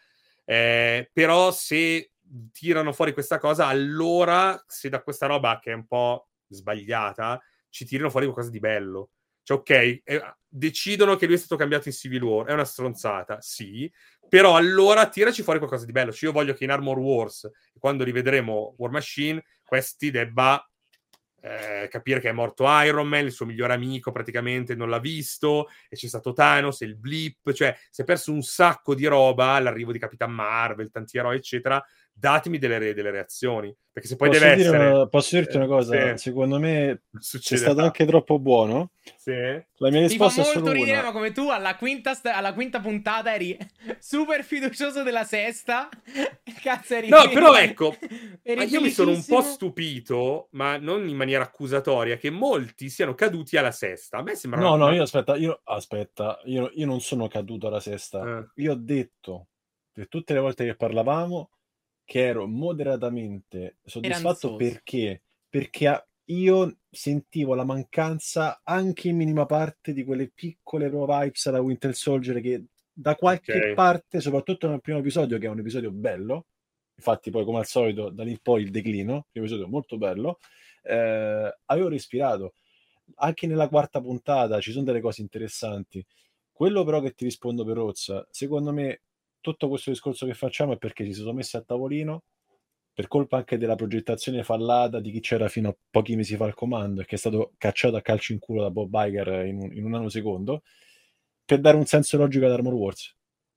Però se tirano fuori questa cosa, allora se da questa roba che è un po' sbagliata ci tirano fuori qualcosa di bello. Cioè, ok, decidono che lui è stato cambiato in Civil War, è una stronzata, sì, però allora tiraci fuori qualcosa di bello. Cioè, io voglio che in Armor Wars, quando rivedremo War Machine, questi debba capire che è morto Iron Man, il suo migliore amico praticamente non l'ha visto, e c'è stato Thanos e il blip, cioè si è perso un sacco di roba all'arrivo di Capitan Marvel, tanti eroi eccetera. Datemi delle reazioni, perché se poi posso dirti una cosa, secondo me succederà. Sei stato anche troppo buono. Sì. La mia risposta mi fa molto ridere, una. ma come tu alla quinta puntata eri super fiducioso della sesta. Cazzo eri. No, però ecco, io mi sono un po' stupito, ma non in maniera accusatoria, che molti siano caduti alla sesta. A me sembra. No, io non sono caduto alla sesta. Io ho detto per tutte le volte che parlavamo che ero moderatamente soddisfatto perché io sentivo la mancanza anche in minima parte di quelle piccole vibes alla Winter Soldier che da qualche parte, soprattutto nel primo episodio, che è un episodio bello, infatti poi come al solito da lì in poi il declino, un episodio molto bello, avevo respirato. Anche nella quarta puntata ci sono delle cose interessanti. Quello però che ti rispondo per Rozza, secondo me tutto questo discorso che facciamo è perché ci sono messi a tavolino per colpa anche della progettazione fallata di chi c'era fino a pochi mesi fa al comando e che è stato cacciato a calci in culo da Bob Iger in un nanosecondo, per dare un senso logico ad Armor Wars.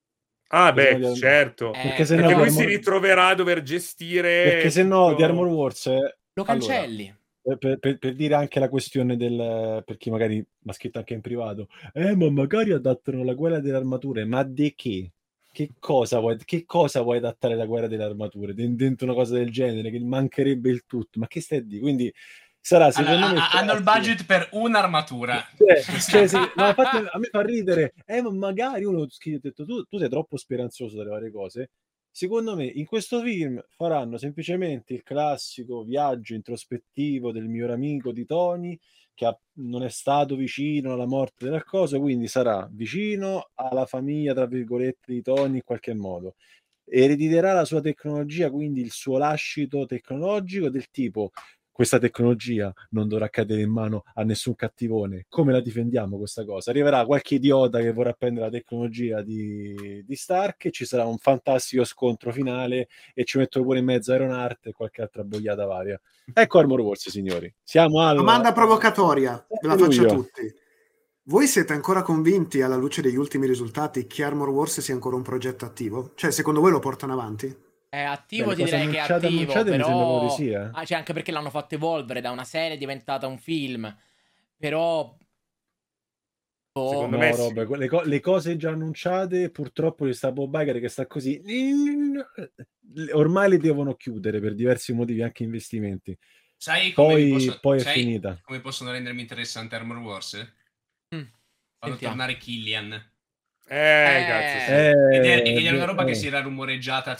Certo, perché lui si ritroverà a dover gestire, perché se no di Armor Wars lo cancelli. Per dire anche la questione per chi magari mi ha scritto anche in privato, ma magari adattano la guerra delle armature, ma di che? Che cosa vuoi adattare la guerra delle armature dentro una cosa del genere, che mancherebbe il tutto? Ma che stai a dire? Quindi sarà secondo me hanno il budget per un'armatura. Sì. No, infatti a me fa ridere, ma magari uno ha detto tu sei troppo speranzoso delle varie cose. Secondo me in questo film faranno semplicemente il classico viaggio introspettivo del miglior amico di Tony, che non è stato vicino alla morte della cosa, quindi sarà vicino alla famiglia, tra virgolette, di Tony in qualche modo. Erediterà la sua tecnologia, quindi il suo lascito tecnologico del tipo: questa tecnologia non dovrà cadere in mano a nessun cattivone. Come la difendiamo questa cosa? Arriverà qualche idiota che vorrà prendere la tecnologia di Stark e ci sarà un fantastico scontro finale e ci metto pure in mezzo Ironheart e qualche altra boiata varia. Ecco Armor Wars, signori. Siamo alla domanda provocatoria, ve la faccio a tutti. Voi siete ancora convinti, alla luce degli ultimi risultati, che Armor Wars sia ancora un progetto attivo? Cioè, secondo voi lo portano avanti? È attivo, ti direi che è attivo, però cioè, anche perché l'hanno fatto evolvere da una serie, è diventata un film. Però secondo me le cose già annunciate, purtroppo ci sta Bob Iger che sta così, ormai le devono chiudere per diversi motivi, anche investimenti. Sai poi è finita. Come possono rendermi interessante Armor Wars? Fanno tornare Killian. Cazzo, sì. Ed è una roba che si era rumoreggiata.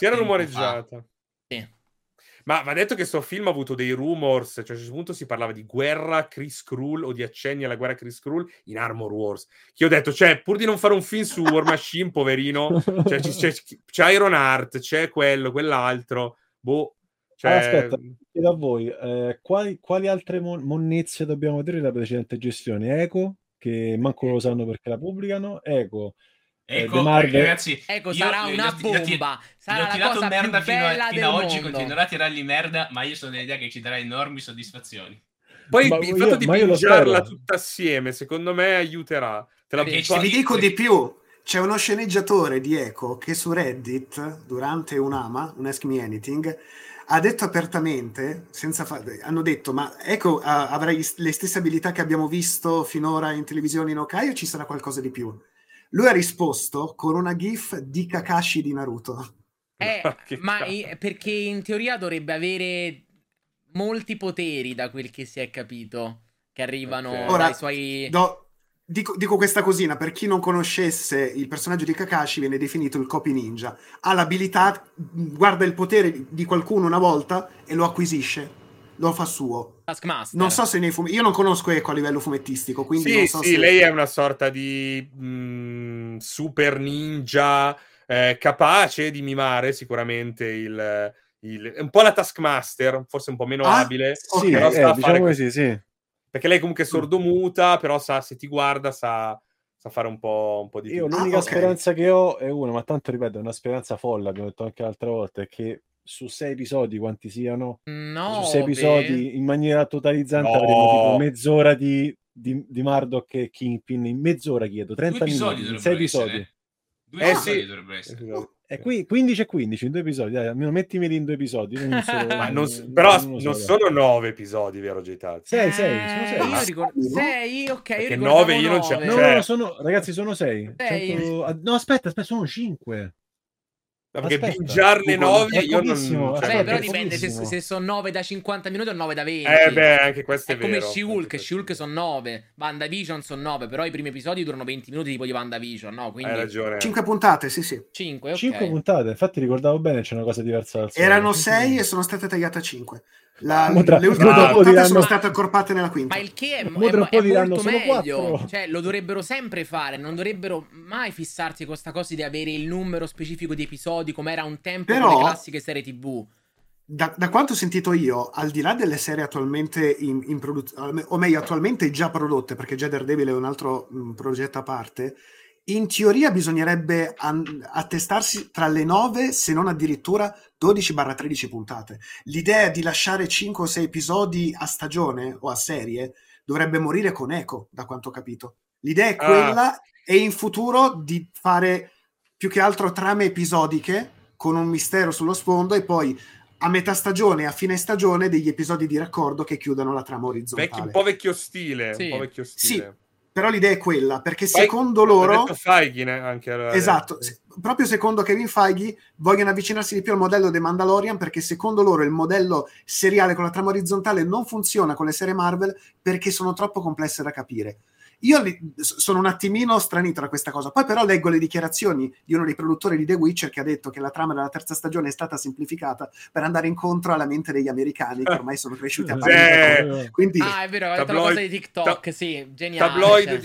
Sì. Ma va detto che sto film ha avuto dei rumors, cioè a un certo punto si parlava di guerra Chris Krull o di accenni alla guerra Chris Krull in Armor Wars. Che ho detto, cioè, pur di non fare un film su War Machine, poverino, cioè, c'è Ironheart, c'è quell'altro, cioè... Aspetta, chiedo a voi, quali altre monnezze dobbiamo dire della precedente gestione? Eco, che manco lo sanno perché la pubblicano, Eco, ragazzi, sarà una bomba. Sarà la cosa più bella del mondo. Oggi continuerà a tirargli merda, ma io sono dell'idea che ci darà enormi soddisfazioni. Poi il fatto di bingiarla tutta assieme, secondo me aiuterà. Vi dico di più. C'è uno sceneggiatore di Eco che su Reddit, durante un Ask Me Anything, ha detto apertamente, hanno detto, ma Eco avrà le stesse abilità che abbiamo visto finora in televisione in Hokai o ci sarà qualcosa di più? Lui ha risposto con una gif di Kakashi di Naruto. Perché in teoria dovrebbe avere molti poteri, da quel che si è capito, che arrivano dai suoi... Dico questa cosina, per chi non conoscesse il personaggio di Kakashi, viene definito il copy ninja. Ha l'abilità, guarda il potere di qualcuno una volta e lo acquisisce. Lo fa suo. Taskmaster. Non so se nei io non conosco Eco a livello fumettistico, quindi non so se... lei è una sorta di super ninja capace di mimare sicuramente un po' la Taskmaster, forse un po' meno abile, sì, però sa diciamo fare così, sì. perché lei comunque è sordomuta, però se ti guarda sa fare un po' di Io tutto. l'unica ok. speranza che ho è una, ma tanto ripeto, è una speranza folle, abbiamo detto anche l'altra volta, è che su 6 episodi, quanti siano, su 6 episodi, in maniera totalizzante No. avremo tipo mezz'ora di Murdoch e Kingpin, in mezz'ora chiedo, 30 minuti, in 6 episodi. 2 episodi sì. dovrebbero essere. E qui 15 e 15 in 2 episodi, dai, almeno mettimi in 2 episodi, non in solo, Ma però non sono 9 episodi, vero J-Taz? 6, sono 6. Io ricordo 6, ok, Perché io ricordavo 9 io non c'è. 9. No, sono, ragazzi, sono 6. Sei. No, aspetta, sono 5. Perché Aspetta, bingiarne 9 è io pochissimo, non... Vabbè, Cioè, però è dipende pochissimo. se sono 9 da 50 minuti o 9 da 20. beh, anche questo è come vero. She-Hulk, She-Hulk sono 9, WandaVision sono 9, però i primi episodi durano 20 minuti tipo di WandaVision, no? Quindi Hai ragione. 5 puntate, sì. 5, ok. 5 puntate, infatti ricordavo bene, c'è una cosa diversa dal solito. Erano 6 e sono state tagliate a 5. Mo tra- Le ultime mo tra un po' puntate diranno- sono state accorpate nella quinta. Ma il che è Mo tra un po' diranno, molto sono meglio. 4. Cioè, lo dovrebbero sempre fare. Non dovrebbero mai fissarsi con questa cosa di avere il numero specifico di episodi come era un tempo Però, con le classiche serie TV. Da quanto ho sentito io, al di là delle serie attualmente in produzione, o meglio, attualmente già prodotte, perché già Daredevil è un altro progetto a parte, in teoria bisognerebbe attestarsi tra le 9, se non addirittura 12-13 puntate. L'idea di lasciare 5 o 6 episodi a stagione o a serie dovrebbe morire con Echo, da quanto ho capito. L'idea è quella, e in futuro di fare più che altro trame episodiche con un mistero sullo sfondo e poi a metà stagione e a fine stagione degli episodi di raccordo che chiudono la trama orizzontale. Un po' vecchio stile. Sì. Un po' vecchio stile. Sì, però l'idea è quella, perché secondo loro... Ha detto Feige anche allora, esatto, proprio secondo Kevin Feige vogliono avvicinarsi di più al modello The Mandalorian, perché secondo loro il modello seriale con la trama orizzontale non funziona con le serie Marvel perché sono troppo complesse da capire. Io sono un attimino stranito da questa cosa, poi però leggo le dichiarazioni di uno dei produttori di The Witcher che ha detto che la trama della terza stagione è stata semplificata per andare incontro alla mente degli americani che ormai sono cresciuti a pari. Quindi è vero, ho detto la cosa di TikTok, sì, geniale. Tabloid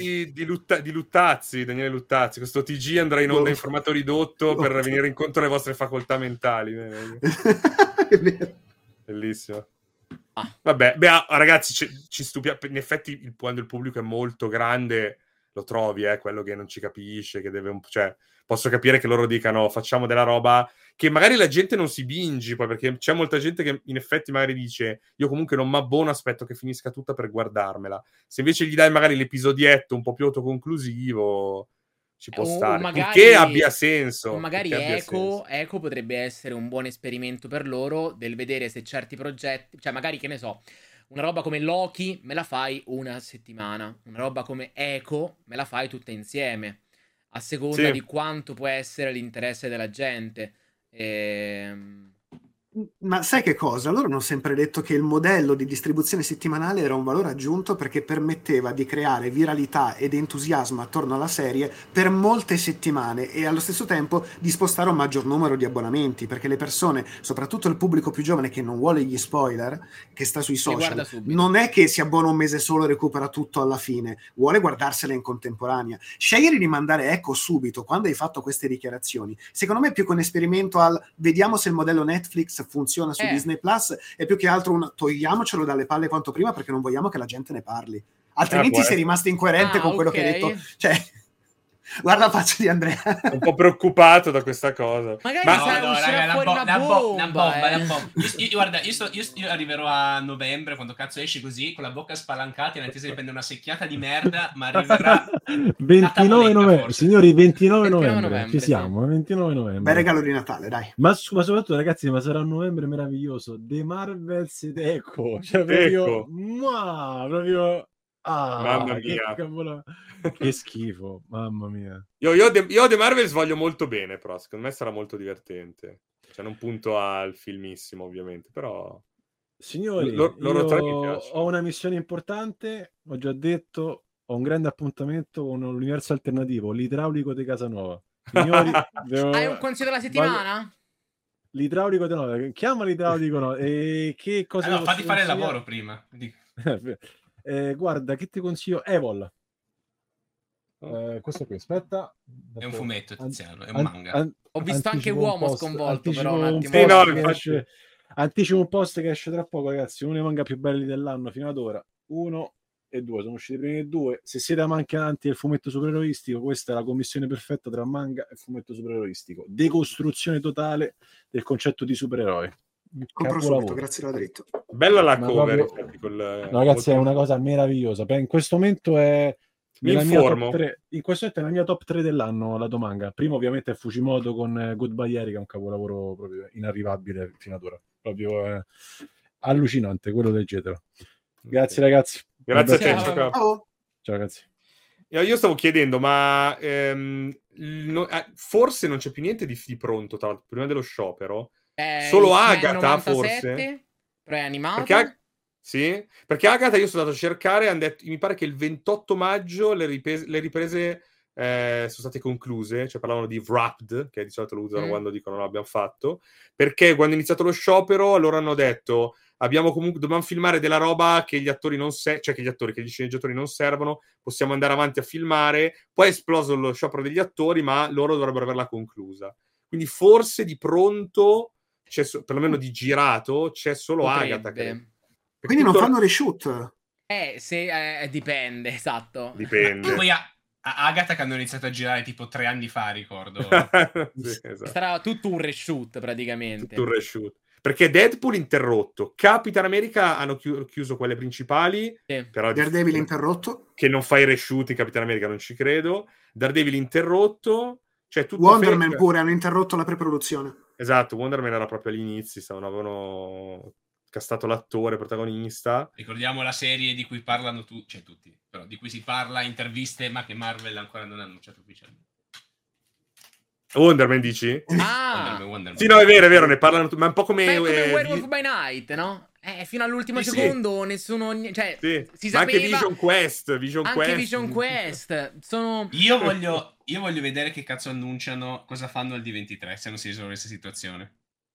di Luttazzi, Daniele Luttazzi, questo TG andrà in onda in formato ridotto per venire incontro alle vostre facoltà mentali. È vero. Bellissimo. Vabbè, ragazzi, ci stupiamo. In effetti, quando il pubblico è molto grande, lo trovi, quello che non ci capisce, che deve cioè, posso capire che loro dicano facciamo della roba che magari la gente non si bingi, poi perché c'è molta gente che in effetti magari dice io comunque non m'abbono, aspetto che finisca tutta per guardarmela. Se invece gli dai magari l'episodietto un po' più autoconclusivo, ci può stare, magari, che abbia senso. Magari Echo potrebbe essere un buon esperimento per loro del vedere se certi progetti, cioè magari che ne so, una roba come Loki me la fai una settimana, una roba come Echo me la fai tutta insieme, a seconda di quanto può essere l'interesse della gente. Ma sai che cosa? Loro hanno sempre detto che il modello di distribuzione settimanale era un valore aggiunto perché permetteva di creare viralità ed entusiasmo attorno alla serie per molte settimane e allo stesso tempo di spostare un maggior numero di abbonamenti, perché le persone, soprattutto il pubblico più giovane che non vuole gli spoiler, che sta sui social, non è che si abbona un mese solo e recupera tutto alla fine, vuole guardarsela in contemporanea. Scegliere di mandare Echo subito, quando hai fatto queste dichiarazioni, secondo me è più che un esperimento al vediamo se il modello Netflix funziona su Disney Plus, è più che altro un togliamocelo dalle palle quanto prima perché non vogliamo che la gente ne parli, altrimenti sei rimasto incoerente con quello che hai detto, cioè guarda la faccia di Andrea, un po' preoccupato da questa cosa. Magari uscirà fuori una bomba. Guarda, io arriverò a novembre quando cazzo esce così con la bocca spalancata in attesa di prendere una secchiata di merda, ma arriverà 29 novembre, signori, 29 novembre ci siamo, 29 novembre. Bel regalo di Natale, dai. Ma soprattutto ragazzi, ma sarà un novembre meraviglioso, The Marvels ed Echo, cioè proprio mamma mia, che schifo, mamma mia. Io The Marvels voglio molto bene, però secondo me sarà molto divertente, cioè non punto al filmissimo ovviamente, però signori, loro tre mi ho una missione importante, ho già detto, ho un grande appuntamento con l'universo alternativo, l'idraulico di Casanova. Signori, hai un consiglio della settimana? L'idraulico di no, chiama l'idraulico no, e che cosa allora, fatti fare il lavoro prima. Guarda, che ti consiglio? Evil. Questo qui, aspetta. È un fumetto, Tiziano, è un manga. Ho visto anche Uomo Sconvolto, però un attimo. Sì, no, infatti... anticipo un post che esce tra poco, ragazzi. Uno dei manga più belli dell'anno fino ad ora. 1 e 2 sono usciti i primi 2. Se siete amanti del fumetto supereroistico, questa è la commissione perfetta tra manga e fumetto supereroistico. Decostruzione totale del concetto di supereroi. Compro subito, grazie da dritto. Bella la cover, proprio... infatti, ragazzi, è una cosa meravigliosa. In questo momento è nella mia top 3. In questo momento è la mia top 3 dell'anno la domanga. Primo ovviamente è Fujimoto con Goodbye Eri, che è un capolavoro proprio inarrivabile fino ad ora. Proprio allucinante, quello del Getro. Grazie ragazzi. Grazie a te. Ciao ragazzi. Io stavo chiedendo, ma forse non c'è più niente di pronto, tra l'altro, prima dello sciopero. Solo Agatha, forse? Però è animato. Sì, perché Agatha io sono andato a cercare, hanno detto, mi pare che il 28 maggio le riprese sono state concluse, cioè parlavano di wrapped, che di solito lo usano quando dicono no, l'abbiamo fatto, perché quando è iniziato lo sciopero loro hanno detto dobbiamo filmare della roba che gli attori che gli sceneggiatori non servono, possiamo andare avanti a filmare, poi è esploso lo sciopero degli attori, ma loro dovrebbero averla conclusa. Quindi forse di pronto, perlomeno di girato, c'è solo Agatha. Quindi non fanno reshoot? Dipende, esatto. Dipende. Poi Agatha che hanno iniziato a girare tipo 3 anni fa, ricordo. Sì, esatto. Sarà tutto un reshoot praticamente. Tutto un reshoot. Perché Deadpool interrotto, Capitan America hanno chiuso quelle principali, però Daredevil interrotto. Che non fai reshoot in Capitan America, non ci credo. Daredevil interrotto, cioè tutto Wonder Man pure hanno interrotto la preproduzione. Esatto, Wonder Man era proprio agli inizi, avevano castato l'attore protagonista. Ricordiamo la serie di cui parlano tutti, però di cui si parla, interviste, ma che Marvel ancora non ha annunciato ufficialmente. Wonder Man dici? Wonder Man. Sì, no, è vero, ne parlano tutti, ma un po' come Werewolf by Night, no? Fino all'ultimo secondo nessuno, cioè si sapeva. Ma anche Vision Quest, Vision Quest sono... Io voglio vedere che cazzo annunciano, cosa fanno al D23 se non si risolve questa situazione.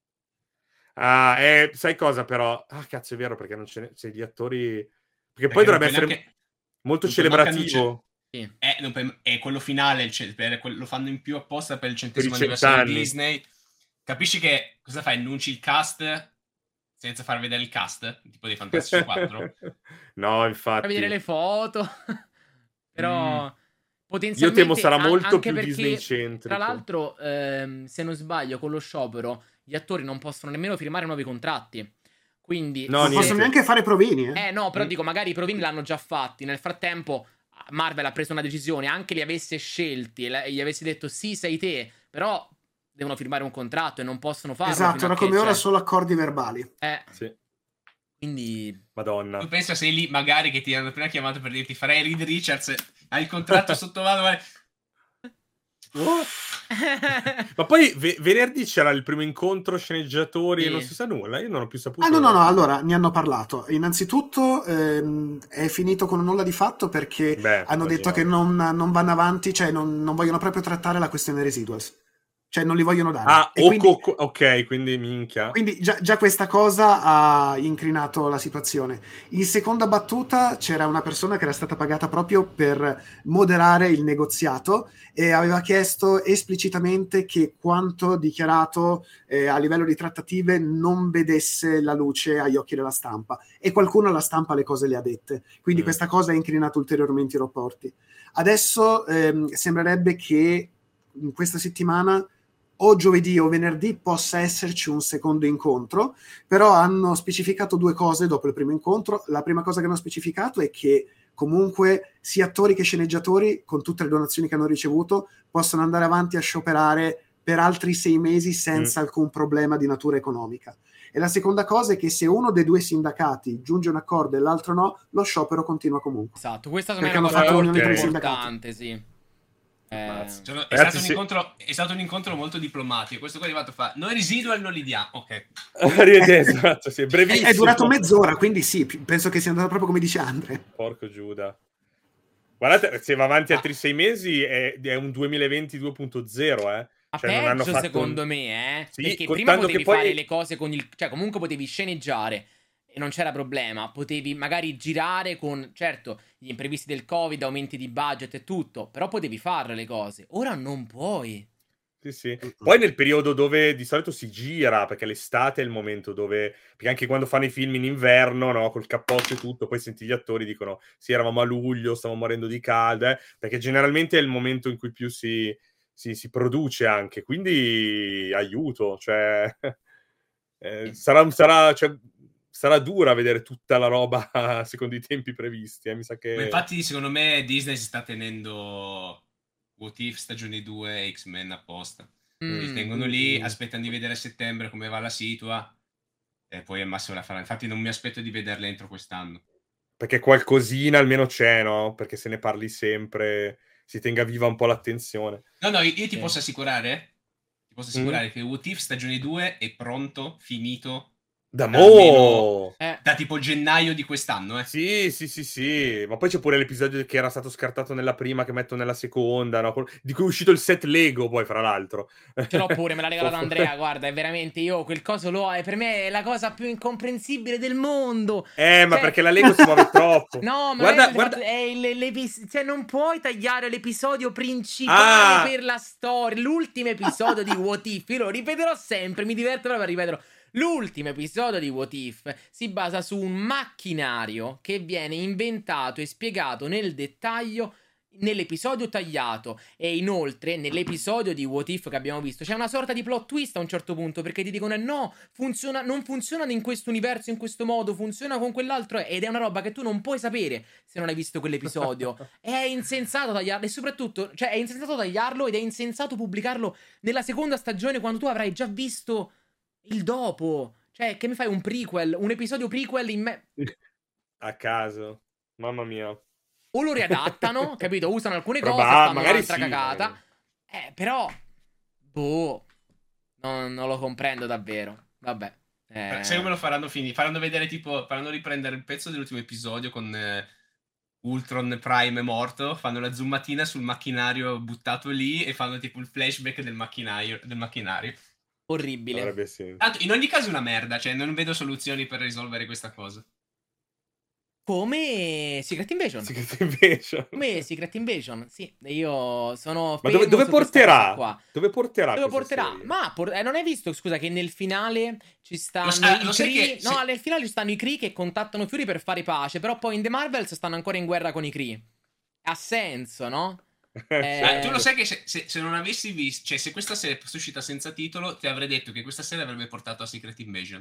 Sai cosa però? Cazzo, è vero, perché non c'è gli attori, perché poi dovrebbe essere molto celebrativo. È quello finale, lo fanno in più apposta per il 100° anniversario di Disney. Capisci che cosa fai? Annunci il cast senza far vedere il cast, tipo dei Fantastici 4? No, infatti. Fai vedere le foto. Però potenzialmente io temo sarà molto anche più perché, Disney-centrico. Tra l'altro, se non sbaglio, con lo sciopero gli attori non possono nemmeno firmare nuovi contratti. Quindi non possono neanche fare provini. No, però dico, magari i provini l'hanno già fatti. Nel frattempo Marvel ha preso una decisione, anche li avesse scelti e gli avessi detto sì, sei te, però devono firmare un contratto e non possono farlo. Esatto, era come ora solo accordi verbali. Sì. Quindi Madonna. Tu pensa sei lì magari che ti hanno appena chiamato per dirti farei Reed Richards, hai il contratto sotto mano. Ma poi venerdì c'era il primo incontro sceneggiatori e non si sa nulla, io non ho più saputo. No, allora ne hanno parlato. Innanzitutto è finito con un nulla di fatto perché hanno detto che non vanno avanti, cioè non vogliono proprio trattare la questione residuals. Cioè non li vogliono dare. Ok, quindi minchia. Quindi già questa cosa ha incrinato la situazione. In seconda battuta c'era una persona che era stata pagata proprio per moderare il negoziato e aveva chiesto esplicitamente che quanto dichiarato a livello di trattative non vedesse la luce agli occhi della stampa. E qualcuno alla stampa le cose le ha dette. Quindi questa cosa ha incrinato ulteriormente i rapporti. Adesso sembrerebbe che in questa settimana o giovedì o venerdì possa esserci un secondo incontro, però hanno specificato due cose dopo il primo incontro. La prima cosa che hanno specificato è che comunque sia attori che sceneggiatori, con tutte le donazioni che hanno ricevuto, possono andare avanti a scioperare per altri 6 mesi senza alcun problema di natura economica. E la seconda cosa è che se uno dei due sindacati giunge a un accordo e l'altro no, lo sciopero continua comunque. Esatto, questa è una cosa importante, sì. È stato un incontro molto diplomatico. Questo qua è arrivato noi residual non li diamo. Ok. Esatto, sì, brevissimo. È durato mezz'ora, quindi sì, penso che sia andato proprio come dice Andre. Porco Giuda. Guardate, se va avanti altri 6 mesi è un 2020 2.0, Ma cioè, non hanno fatto secondo me, sì, perché prima potevi fare le cose con comunque potevi sceneggiare e non c'era problema, potevi magari girare con, certo, gli imprevisti del Covid, aumenti di budget e tutto, però potevi fare le cose. Ora non puoi. Sì. Poi nel periodo dove di solito si gira, perché l'estate è il momento dove... Perché anche quando fanno i film in inverno, no, col cappotto e tutto, poi senti gli attori dicono sì, eravamo a luglio, stavamo morendo di caldo, perché generalmente è il momento in cui più si produce anche, quindi aiuto, cioè... sarà dura vedere tutta la roba secondo i tempi previsti, mi sa che... Ma infatti secondo me Disney si sta tenendo What If stagione 2 e X-Men apposta. Li tengono lì, aspettano di vedere a settembre come va la situa e poi al massimo la faranno. Infatti non mi aspetto di vederle entro quest'anno. Perché qualcosina almeno c'è, no? Perché se ne parli sempre, si tenga viva un po' l'attenzione. No, io ti posso assicurare che What If stagione 2 è pronto, finito da tipo gennaio di quest'anno, Sì. Ma poi c'è pure l'episodio che era stato scartato nella prima, che metto nella seconda, no? Di cui è uscito il set Lego, poi, fra l'altro. Ce l'ho pure, me l'ha regalato Andrea, guarda, è veramente, io quel coso per me è la cosa più incomprensibile del mondo. Ma perché la Lego si muove troppo. No, ma guarda. Cioè, non puoi tagliare l'episodio principale per la storia, l'ultimo episodio di What If, io lo ripeterò sempre, mi diverto proprio a ripeterlo. L'ultimo episodio di What If si basa su un macchinario che viene inventato e spiegato nel dettaglio nell'episodio tagliato, e inoltre nell'episodio di What If che abbiamo visto c'è una sorta di plot twist a un certo punto, perché ti dicono no, non funziona in questo universo in questo modo, funziona con quell'altro, ed è una roba che tu non puoi sapere se non hai visto quell'episodio. È insensato tagliarlo, e soprattutto, cioè, è insensato tagliarlo ed è insensato pubblicarlo nella seconda stagione quando tu avrai già visto il dopo. Cioè, che mi fai un prequel, un episodio prequel a caso, mamma mia. O lo riadattano, capito? Usano alcune cose, fanno un'altra cagata. Però non lo comprendo davvero. Vabbè. Sai come lo faranno finire? Faranno vedere faranno riprendere il pezzo dell'ultimo episodio con Ultron Prime morto, fanno la zoomatina sul macchinario buttato lì e fanno tipo il flashback del macchinario. Orribile. Tanto in ogni caso è una merda, cioè non vedo soluzioni per risolvere questa cosa. Come Secret Invasion. Come Secret Invasion, sì. Io sono fermo. Ma dove porterà? Qua. Dove porterà? Ma non hai visto, scusa, che nel finale ci stanno nel finale ci stanno i Kree che contattano Fury per fare pace, però poi in The Marvels stanno ancora in guerra con i Kree. Ha senso, no? Tu lo sai che se non avessi visto, cioè se questa serie fosse uscita senza titolo, ti avrei detto che questa serie avrebbe portato a Secret Invasion.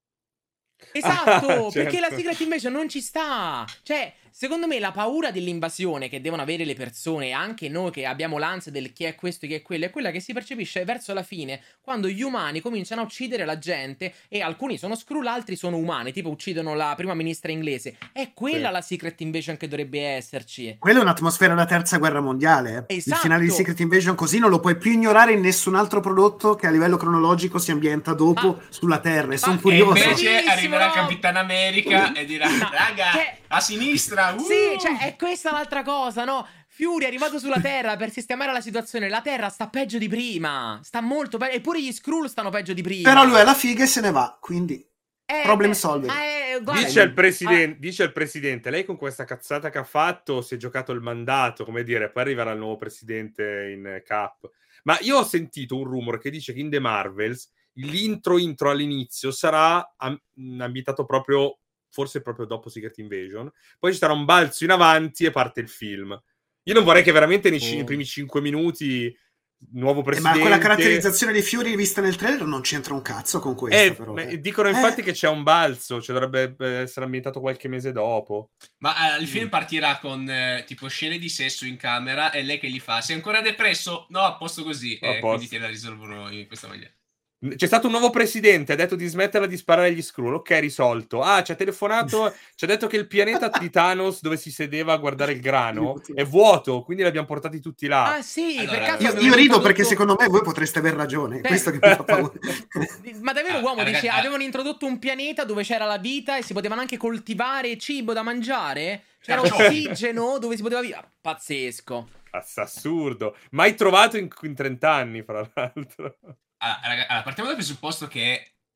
Esatto, certo. Perché la Secret Invasion non ci sta. Cioè, secondo me la paura dell'invasione che devono avere le persone, anche noi che abbiamo l'ansia del chi è questo, chi è quello, è quella che si percepisce verso la fine, quando gli umani cominciano a uccidere la gente, e alcuni sono Skrull, altri sono umani, tipo uccidono la prima ministra inglese. È quella la Secret Invasion che dovrebbe esserci. Quella è un'atmosfera da terza guerra mondiale. Esatto. Il finale di Secret Invasion così non lo puoi più ignorare in nessun altro prodotto che a livello cronologico si ambienta dopo sulla Terra, e sono curioso. E invece arriverà Capitan America e dirà raga, a sinistra. Sì, cioè è questa l'altra cosa, no? Fury è arrivato sulla Terra per sistemare la situazione. La Terra sta peggio di prima. Sta molto peggio. Eppure gli Skrull stanno peggio di prima. Però lui è la figa e se ne va, quindi problem solved. Dice al presidente, lei con questa cazzata che ha fatto si è giocato il mandato, come dire, poi arriverà il nuovo presidente in Cap. Ma io ho sentito un rumore che dice che in The Marvels l'intro all'inizio sarà ambientato proprio, forse proprio dopo Secret Invasion, poi ci sarà un balzo in avanti e parte il film. Io non vorrei che veramente nei primi 5 minuti nuovo presidente... Ma quella caratterizzazione di Fury vista nel trailer non c'entra un cazzo con questa, però. Dicono infatti che c'è un balzo, cioè dovrebbe essere ambientato qualche mese dopo. Ma il film partirà con tipo scene di sesso in camera e lei che gli fa: sei ancora depresso? No, a posto così. Quindi te la risolvono in questa maniera. C'è stato un nuovo presidente, ha detto di smetterla di sparare agli Skrull. Ok, risolto. Ci ha telefonato, ci ha detto che il pianeta di Thanos, dove si sedeva a guardare il grano, è vuoto, quindi li abbiamo portati tutti là. Ah sì, allora, io rido perché secondo me voi potreste aver ragione. Questo che mi fa paura. Ma davvero, uomo, dice, avevano introdotto un pianeta dove c'era la vita e si potevano anche coltivare cibo da mangiare? C'era ossigeno dove si poteva vivere. Pazzesco. Assurdo. Mai trovato in 30 anni, fra l'altro. Allora, partiamo dal presupposto che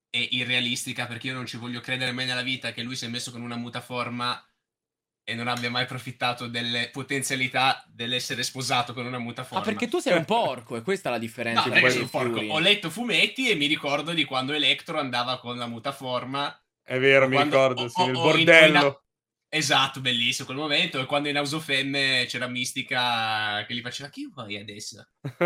è irrealistica, perché io non ci voglio credere mai nella vita che lui si è messo con una mutaforma e non abbia mai approfittato delle potenzialità dell'essere sposato con una mutaforma. Perché tu sei un porco, e questa è la differenza. No, perché sono un porco. Ho letto fumetti e mi ricordo di quando Electro andava con la mutaforma. È vero, mi ricordo, sì, nel bordello. Esatto, bellissimo quel momento. E quando in House of M c'era Mistica che gli faceva: chi vuoi adesso?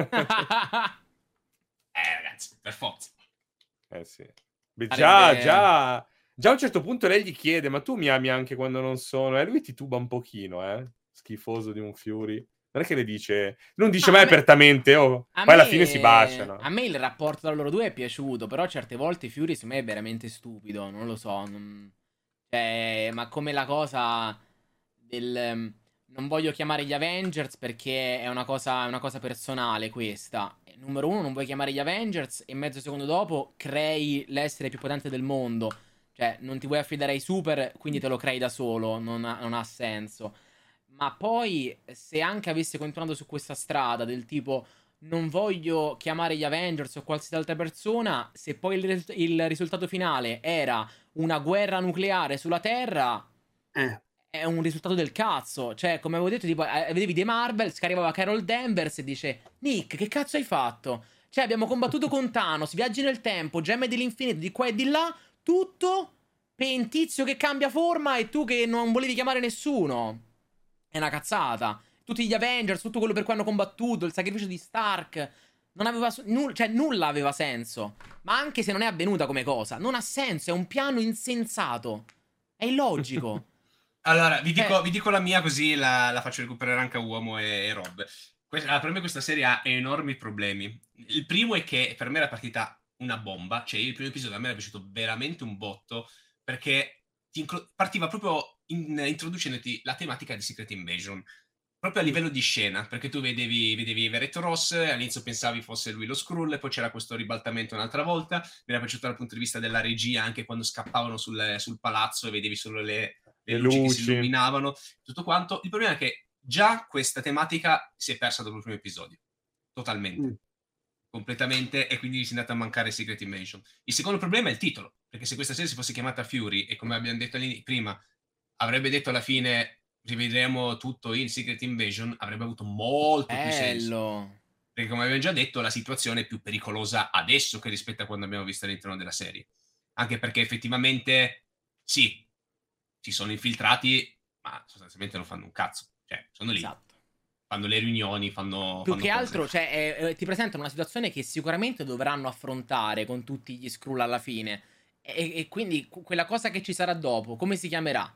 Ragazzi, per forza. Sì. Beh, già a un certo punto lei gli chiede: ma tu mi ami anche quando non sono? E lui tituba un pochino, schifoso di un Fury. Non è che le dice, non dice mai apertamente, poi alla fine si baciano. A me il rapporto tra loro due è piaciuto, però certe volte Fury secondo me è veramente stupido, non lo so. Cioè, ma come la cosa del non voglio chiamare gli Avengers perché è una cosa personale questa. Numero uno, non vuoi chiamare gli Avengers e mezzo secondo dopo crei l'essere più potente del mondo. Cioè, non ti vuoi affidare ai super, quindi te lo crei da solo, non ha senso. Ma poi, se anche avesse continuato su questa strada del tipo non voglio chiamare gli Avengers o qualsiasi altra persona, se poi il risultato finale era una guerra nucleare sulla Terra, è un risultato del cazzo. Cioè, come avevo detto, tipo, vedevi The Marvels che arrivava Carol Danvers e dice: Nick, che cazzo hai fatto? Cioè, abbiamo combattuto con Thanos, viaggi nel tempo, gemme dell'infinito, di qua e di là, tutto per un tizio che cambia forma e tu che non volevi chiamare nessuno. È una cazzata. Tutti gli Avengers, tutto quello per cui hanno combattuto, il sacrificio di Stark, non aveva nulla aveva senso. Ma anche se non è avvenuta come cosa, non ha senso, è un piano insensato. È illogico. Allora, vi dico la mia, così la faccio recuperare anche a Uomo e Rob. Per me questa serie ha enormi problemi. Il primo è che per me era partita una bomba. Cioè, il primo episodio a me era piaciuto veramente un botto, perché partiva proprio introducendoti la tematica di Secret Invasion. Proprio a livello di scena, perché tu vedevi Everett Ross, all'inizio pensavi fosse lui lo Skrull, e poi c'era questo ribaltamento un'altra volta. Mi era piaciuto dal punto di vista della regia, anche quando scappavano sul palazzo e vedevi solo le luci che si illuminavano, tutto quanto. Il problema è che già questa tematica si è persa dopo il primo episodio, totalmente, completamente, e quindi si è andata a mancare Secret Invasion. Il secondo problema è il titolo, perché se questa serie si fosse chiamata Fury, e come abbiamo detto prima, avrebbe detto alla fine rivedremo tutto in Secret Invasion, avrebbe avuto molto più senso. Perché come abbiamo già detto, la situazione è più pericolosa adesso che rispetto a quando abbiamo visto all'interno della serie. Anche perché effettivamente, sì, ci sono infiltrati, ma sostanzialmente non fanno un cazzo. Cioè, sono lì. Esatto. Fanno le riunioni, fanno più che altro, cioè, ti presentano una situazione che sicuramente dovranno affrontare con tutti gli Skrull alla fine. E quindi quella cosa che ci sarà dopo, come si chiamerà?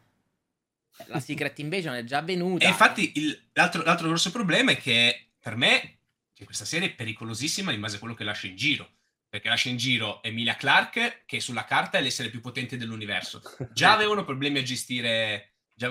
La Secret Invasion è già avvenuta. E infatti l'altro grosso problema è che per me questa serie è pericolosissima in base a quello che lascia in giro. Perché lascia in giro Emilia Clarke, che sulla carta è l'essere più potente dell'universo. Già avevano problemi a gestire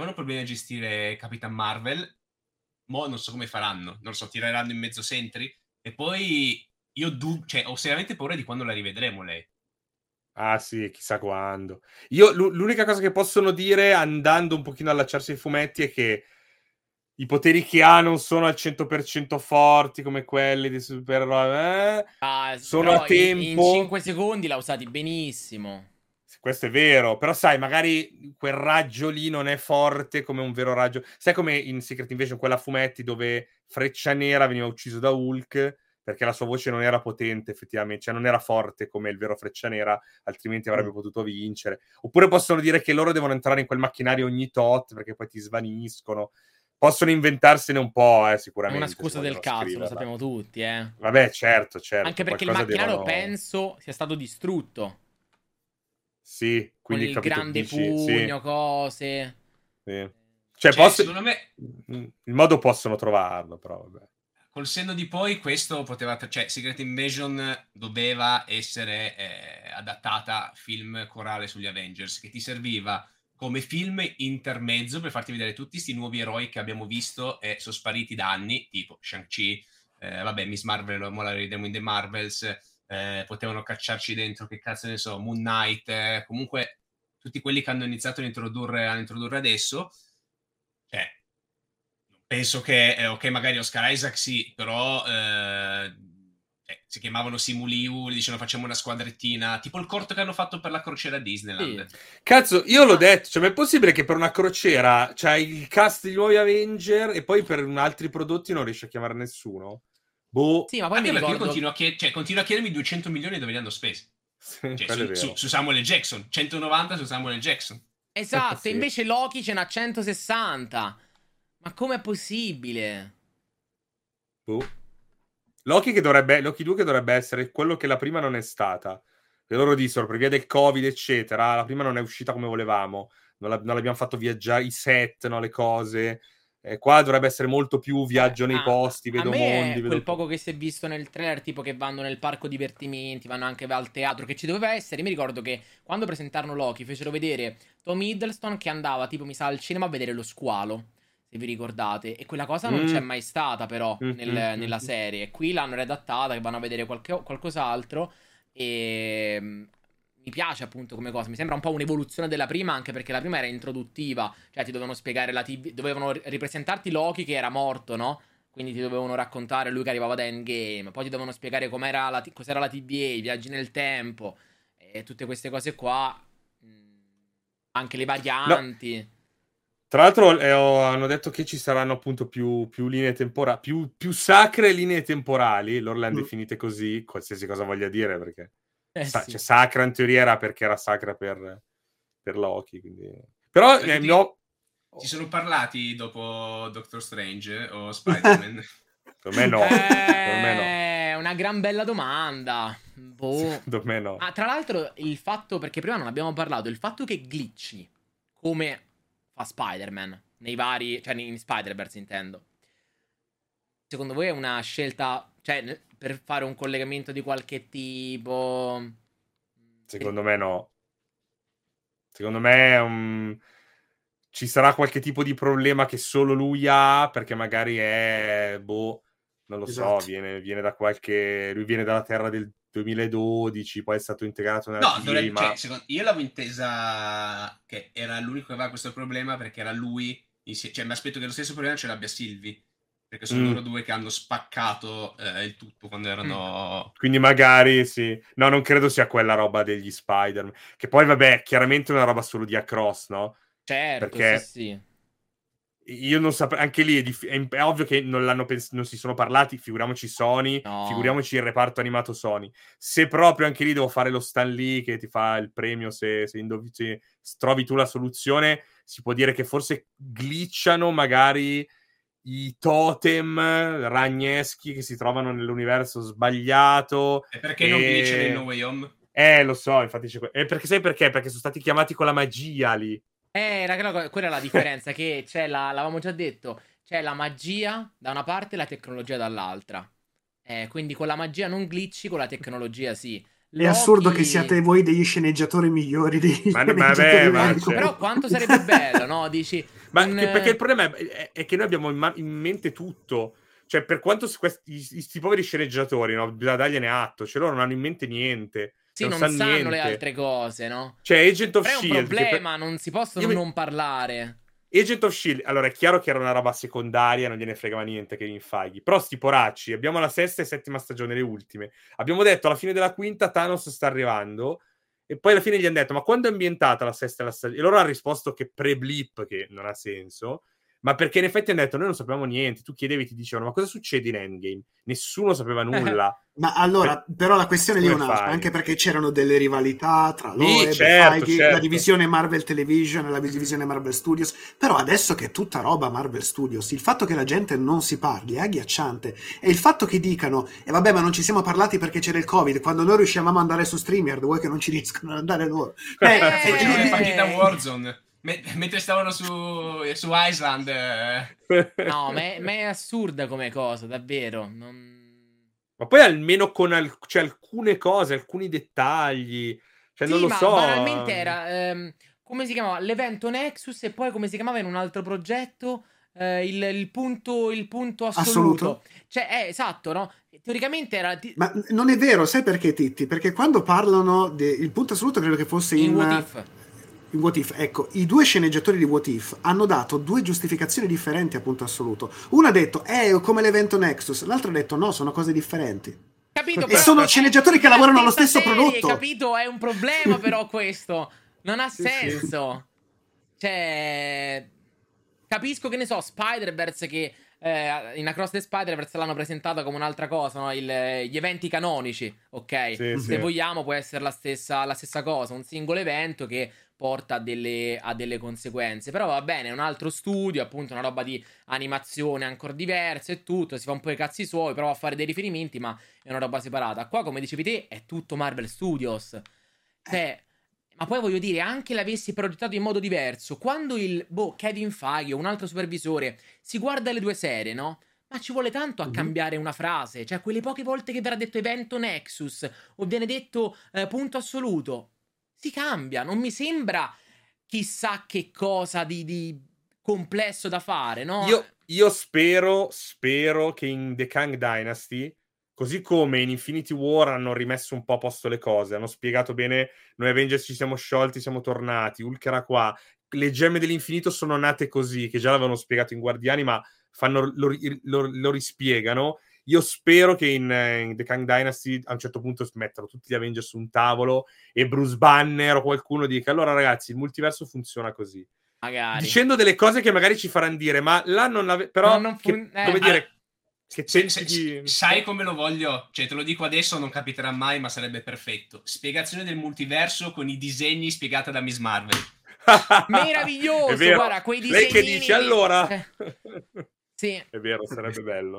Capitan Marvel. Mo non so come faranno. Non lo so, tireranno in mezzo Sentry. E poi io ho seriamente paura di quando la rivedremo lei. Ah sì, chissà quando. Io l'unica cosa che possono dire, andando un pochino a allacciarsi ai fumetti, è che i poteri che ha non sono al 100% forti come quelli di supereroi. Sono a tempo. In 5 secondi l'ha usati benissimo. Questo è vero, però sai, magari quel raggio lì non è forte come un vero raggio. Sai come in Secret Invasion, quella a fumetti dove Freccia Nera veniva ucciso da Hulk perché la sua voce non era potente effettivamente, cioè non era forte come il vero Freccia Nera, altrimenti avrebbe potuto vincere. Oppure possono dire che loro devono entrare in quel macchinario ogni tot perché poi ti svaniscono. Possono inventarsene un po', sicuramente. È una scusa del cazzo, lo sappiamo tutti, Vabbè, certo. Anche perché il macchinario penso sia stato distrutto. Sì, quindi con il grande pugno, cose. Sì. Cioè secondo me il modo possono trovarlo, però vabbè. Col senno di poi questo poteva, cioè Secret Invasion doveva essere adattata film corale sugli Avengers, che ti serviva come film intermezzo per farti vedere tutti questi nuovi eroi che abbiamo visto e sono spariti da anni, tipo Shang-Chi, Miss Marvel, ora la vedremo in The Marvels, potevano cacciarci dentro, che cazzo ne so, Moon Knight, comunque tutti quelli che hanno iniziato a introdurre adesso. Cioè, penso che ok, magari Oscar Isaac sì, però si chiamavano Simuliu, dicevano facciamo una squadrettina, tipo il corto che hanno fatto per la crociera Disneyland. Sì. Cazzo, io l'ho detto, cioè, ma è possibile che per una crociera c'hai il cast di nuovi Avenger e poi per altri prodotti non riesci a chiamare nessuno? Boh. Sì, ma poi Anche mi perché ricordo... io continuo a chiedermi 200 milioni dove li hanno spesi. Sì, Cioè, su Samuel L. Jackson, 190 su Samuel L. Jackson. Esatto, Sì. invece Loki ce n'ha 160. Ma com'è possibile? Boh. Loki 2 che dovrebbe essere quello che la prima non è stata. E loro dissero, per via del Covid, eccetera, la prima non è uscita come volevamo. Non l'abbiamo fatto viaggiare, i set, no, le cose. Qua dovrebbe essere molto più viaggio nei posti, vedo a me mondi. quel poco che si è visto nel trailer, tipo che vanno nel parco divertimenti, vanno anche al teatro, che ci doveva essere. Mi ricordo che quando presentarono Loki fecero vedere Tom Hiddleston che andava, tipo, mi sa, al cinema a vedere Lo Squalo, se vi ricordate. E quella cosa non c'è mai stata, però, nella serie. E qui l'hanno redattata, che vanno a vedere qualcos'altro. E mi piace appunto come cosa. Mi sembra un po' un'evoluzione della prima, anche perché la prima era introduttiva. Cioè ti dovevano spiegare la TV, dovevano ripresentarti Loki che era morto, no? Quindi ti dovevano raccontare lui che arrivava da Endgame. Poi ti dovevano spiegare cos'era la TVA, i viaggi nel tempo e tutte queste cose qua. Anche le varianti. No. Tra l'altro hanno detto che ci saranno appunto più linee temporali, più sacre linee temporali. Loro le hanno definite così, qualsiasi cosa voglia dire, perché Sì. cioè, sacra in teoria era perché era sacra per Loki. Quindi... Però Ci sono parlati dopo Doctor Strange o Spider-Man? Per me no. Per me no. È una gran bella domanda. Boh. Per me no. Tra l'altro il fatto, perché prima non abbiamo parlato, il fatto che glitchi come fa Spider-Man nei vari, cioè in Spider-Verse intendo. Secondo voi è una scelta, cioè per fare un collegamento di qualche tipo? Secondo me no. Secondo me ci sarà qualche tipo di problema che solo lui ha, perché magari è non lo so, viene da qualche, lui viene dalla Terra del 2012, poi è stato integrato nella TVA, ma... io l'avevo intesa che era l'unico che aveva questo problema perché era lui, cioè mi aspetto che lo stesso problema ce l'abbia Sylvie, perché sono loro due che hanno spaccato il tutto quando erano... Quindi magari sì, no, non credo sia quella roba degli Spider-Man, che poi vabbè, chiaramente è una roba solo di Across, no? Certo, perché sì. Io non saprei, anche lì è ovvio che non si sono parlati, figuriamoci Sony, figuriamoci il reparto animato Sony. Se proprio anche lì devo fare lo Stan Lee che ti fa il premio se trovi tu la soluzione, si può dire che forse glitchano magari i totem ragneschi che si trovano nell'universo sbagliato. E perché non glitchano in No Way Home? Lo so, infatti perché sai perché? Perché sono stati chiamati con la magia lì. Quella è la differenza, che c'è l'avevamo già detto, c'è la magia da una parte e la tecnologia dall'altra. Quindi con la magia non glitchi, con la tecnologia sì. È assurdo che siate voi degli sceneggiatori migliori Però quanto sarebbe bello, no? Dici... perché il problema è che noi abbiamo in mente tutto. Cioè, per quanto questi poveri sceneggiatori, no, bisogna dargliene atto, cioè loro non hanno in mente niente. Sì, non sanno niente. Le altre cose, no? Cioè, Agent of Shield... è un problema, non si possono non parlare. Agent of Shield, allora è chiaro che era una roba secondaria, non gliene fregava niente Kevin Feige. Però sti poracci, abbiamo la 6ª e 7ª stagione, le ultime. Abbiamo detto alla fine della 5ª Thanos sta arrivando. E poi alla fine gli hanno detto, ma quando è ambientata la 6ª stagione? E loro hanno risposto che pre-blip, che non ha senso. Ma perché in effetti hanno detto, noi non sapevamo niente. Tu chiedevi, ti dicevano, ma cosa succede in Endgame? Nessuno sapeva nulla. Ma allora, però la questione lì è un'altra, anche perché c'erano delle rivalità tra Loeb, Feige, la divisione Marvel Television e la divisione Marvel Studios, però adesso che è tutta roba Marvel Studios, il fatto che la gente non si parli è agghiacciante, e il fatto che dicano, vabbè, ma non ci siamo parlati perché c'era il Covid, quando noi riuscivamo ad andare su StreamYard, vuoi che non ci riescono ad andare loro? Facevano le partite a Warzone. Mentre stavano su Iceland. No, ma è assurda come cosa, davvero. Ma poi almeno con alcune cose, alcuni dettagli. Cioè, non lo so. Banalmente era... come si chiamava? L'evento Nexus, e poi come si chiamava in un altro progetto? Il punto assoluto. Cioè, esatto, no? Teoricamente era... Ma non è vero, sai perché, Titti? Perché quando parlano del punto assoluto, credo che fosse in What If. In What If, ecco, i due sceneggiatori di What If hanno dato due giustificazioni differenti a punto assoluto. Uno ha detto, come l'evento Nexus, l'altro ha detto, no, sono cose differenti. Capito, e sono sceneggiatori che lavorano allo stesso serie, prodotto. Capito? È un problema però questo. Non ha senso. Cioè, capisco che ne so, Spider-Verse che in Across the Spider-Verse l'hanno presentata come un'altra cosa, no? Gli eventi canonici, ok? Sì, Se vogliamo può essere la stessa cosa, un singolo evento che porta a delle conseguenze. Però va bene, è un altro studio, appunto una roba di animazione ancora diversa e tutto, si fa un po' i cazzi suoi, prova a fare dei riferimenti, ma è una roba separata. Qua, come dicevi te, è tutto Marvel Studios. Cioè, ma poi voglio dire, anche l'avessi progettato in modo diverso, quando Kevin Feige o un altro supervisore si guarda le due serie, no? Ma ci vuole tanto a cambiare una frase. Cioè, quelle poche volte che verrà detto evento Nexus o viene detto punto assoluto, si cambia. Non mi sembra chissà che cosa di complesso da fare, no? Io spero che in The Kang Dynasty, così come in Infinity War hanno rimesso un po' a posto le cose, hanno spiegato bene, noi Avengers ci siamo sciolti, siamo tornati, Hulk era qua, le gemme dell'infinito sono nate così, che già l'avevano spiegato in Guardiani, ma lo rispiegano. Io spero che in The Kang Dynasty a un certo punto mettano tutti gli Avengers su un tavolo e Bruce Banner o qualcuno dica: allora ragazzi, il multiverso funziona così. Magari. Dicendo delle cose che magari ci faranno dire, ma là non però come dire, sai come lo voglio? Cioè, te lo dico adesso, non capiterà mai, ma sarebbe perfetto. Spiegazione del multiverso con i disegni spiegata da Miss Marvel. Meraviglioso, guarda, quei disegni. Lei che dice, allora... Sì. È vero, sarebbe bello.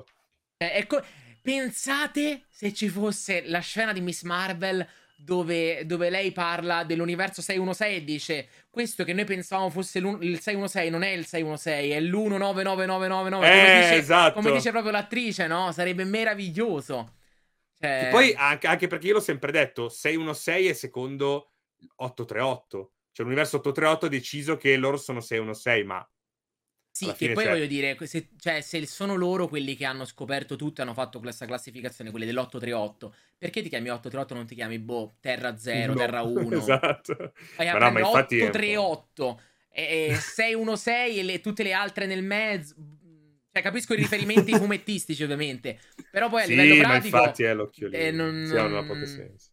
Pensate se ci fosse la scena di Miss Marvel dove lei parla dell'universo 616 e dice: questo che noi pensavamo fosse il 616 non è il 616, è l'199999. Esatto. Come dice proprio l'attrice, no? Sarebbe meraviglioso. Che poi anche perché io l'ho sempre detto, 616 è secondo 838. Cioè l'universo 838 ha deciso che loro sono 616, ma sì, che poi voglio dire, se sono loro quelli che hanno scoperto tutto e hanno fatto questa classificazione, quelli dell'838, perché ti chiami 838 non ti chiami Terra 0, no. Terra 1? Esatto. Vai a prendere 838 e 616 e tutte le altre nel mezzo. Cioè, capisco i riferimenti fumettistici, ovviamente, però poi a livello pratico... ma infatti è l'occhiolino. Non ha poco senso.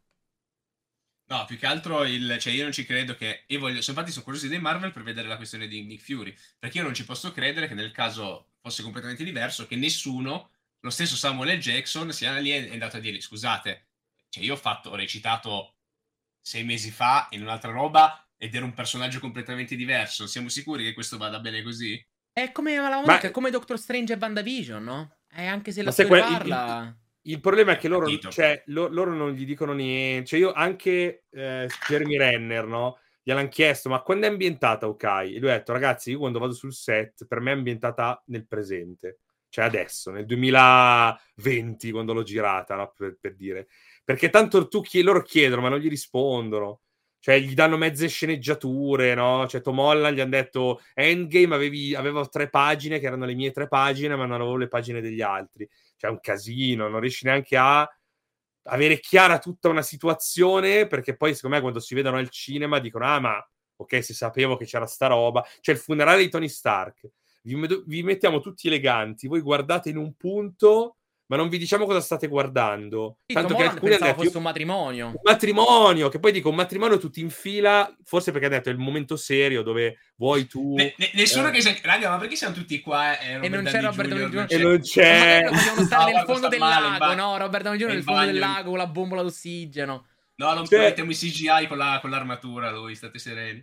No, più che altro cioè io non ci credo che infatti sono curioso dei Marvel per vedere la questione di Nick Fury, perché io non ci posso credere che nel caso fosse completamente diverso, che nessuno, lo stesso Samuel L. Jackson, sia lì è andato a dire: scusate, cioè io ho recitato 6 mesi fa in un'altra roba ed ero un personaggio completamente diverso, siamo sicuri che questo vada bene così? È come è come Doctor Strange e WandaVision, no? Anche se la storia parla... Il problema è che loro non gli dicono niente. Cioè io anche Jeremy Renner, no? Gliel'hanno chiesto, ma quando è ambientata Hawkeye? E lui ha detto: ragazzi, io quando vado sul set, per me è ambientata nel presente. Cioè adesso, nel 2020, quando l'ho girata, no? per dire. Perché tanto loro chiedono, ma non gli rispondono. Cioè gli danno mezze sceneggiature, no? Cioè Tom Holland gli hanno detto: Endgame avevo 3 pagine, che erano le mie 3 pagine, ma non avevo le pagine degli altri. Cioè, è un casino, non riesci neanche a avere chiara tutta una situazione, perché poi, secondo me, quando si vedono al cinema dicono: ah, ma ok, se sapevo che c'era sta roba. Cioè, il funerale di Tony Stark. Vi mettiamo tutti eleganti, voi guardate in un punto, ma non vi diciamo cosa state guardando. Sì, tanto Tom che Holland alcuni hanno pensavo detto: fosse un matrimonio. Un matrimonio, che poi dico un matrimonio tutti in fila, forse perché ha detto è il momento serio dove vuoi tu... Nessuno che sia... Raga, ma perché siamo tutti qua e non c'è Robert Downey Jr.? E non c'è... Ma facevano stare nel fondo del lago, no? Robert Downey Jr. nel fondo del lago con la bombola d'ossigeno. No, non mettiamo i CGI con l'armatura, lui, state sereni.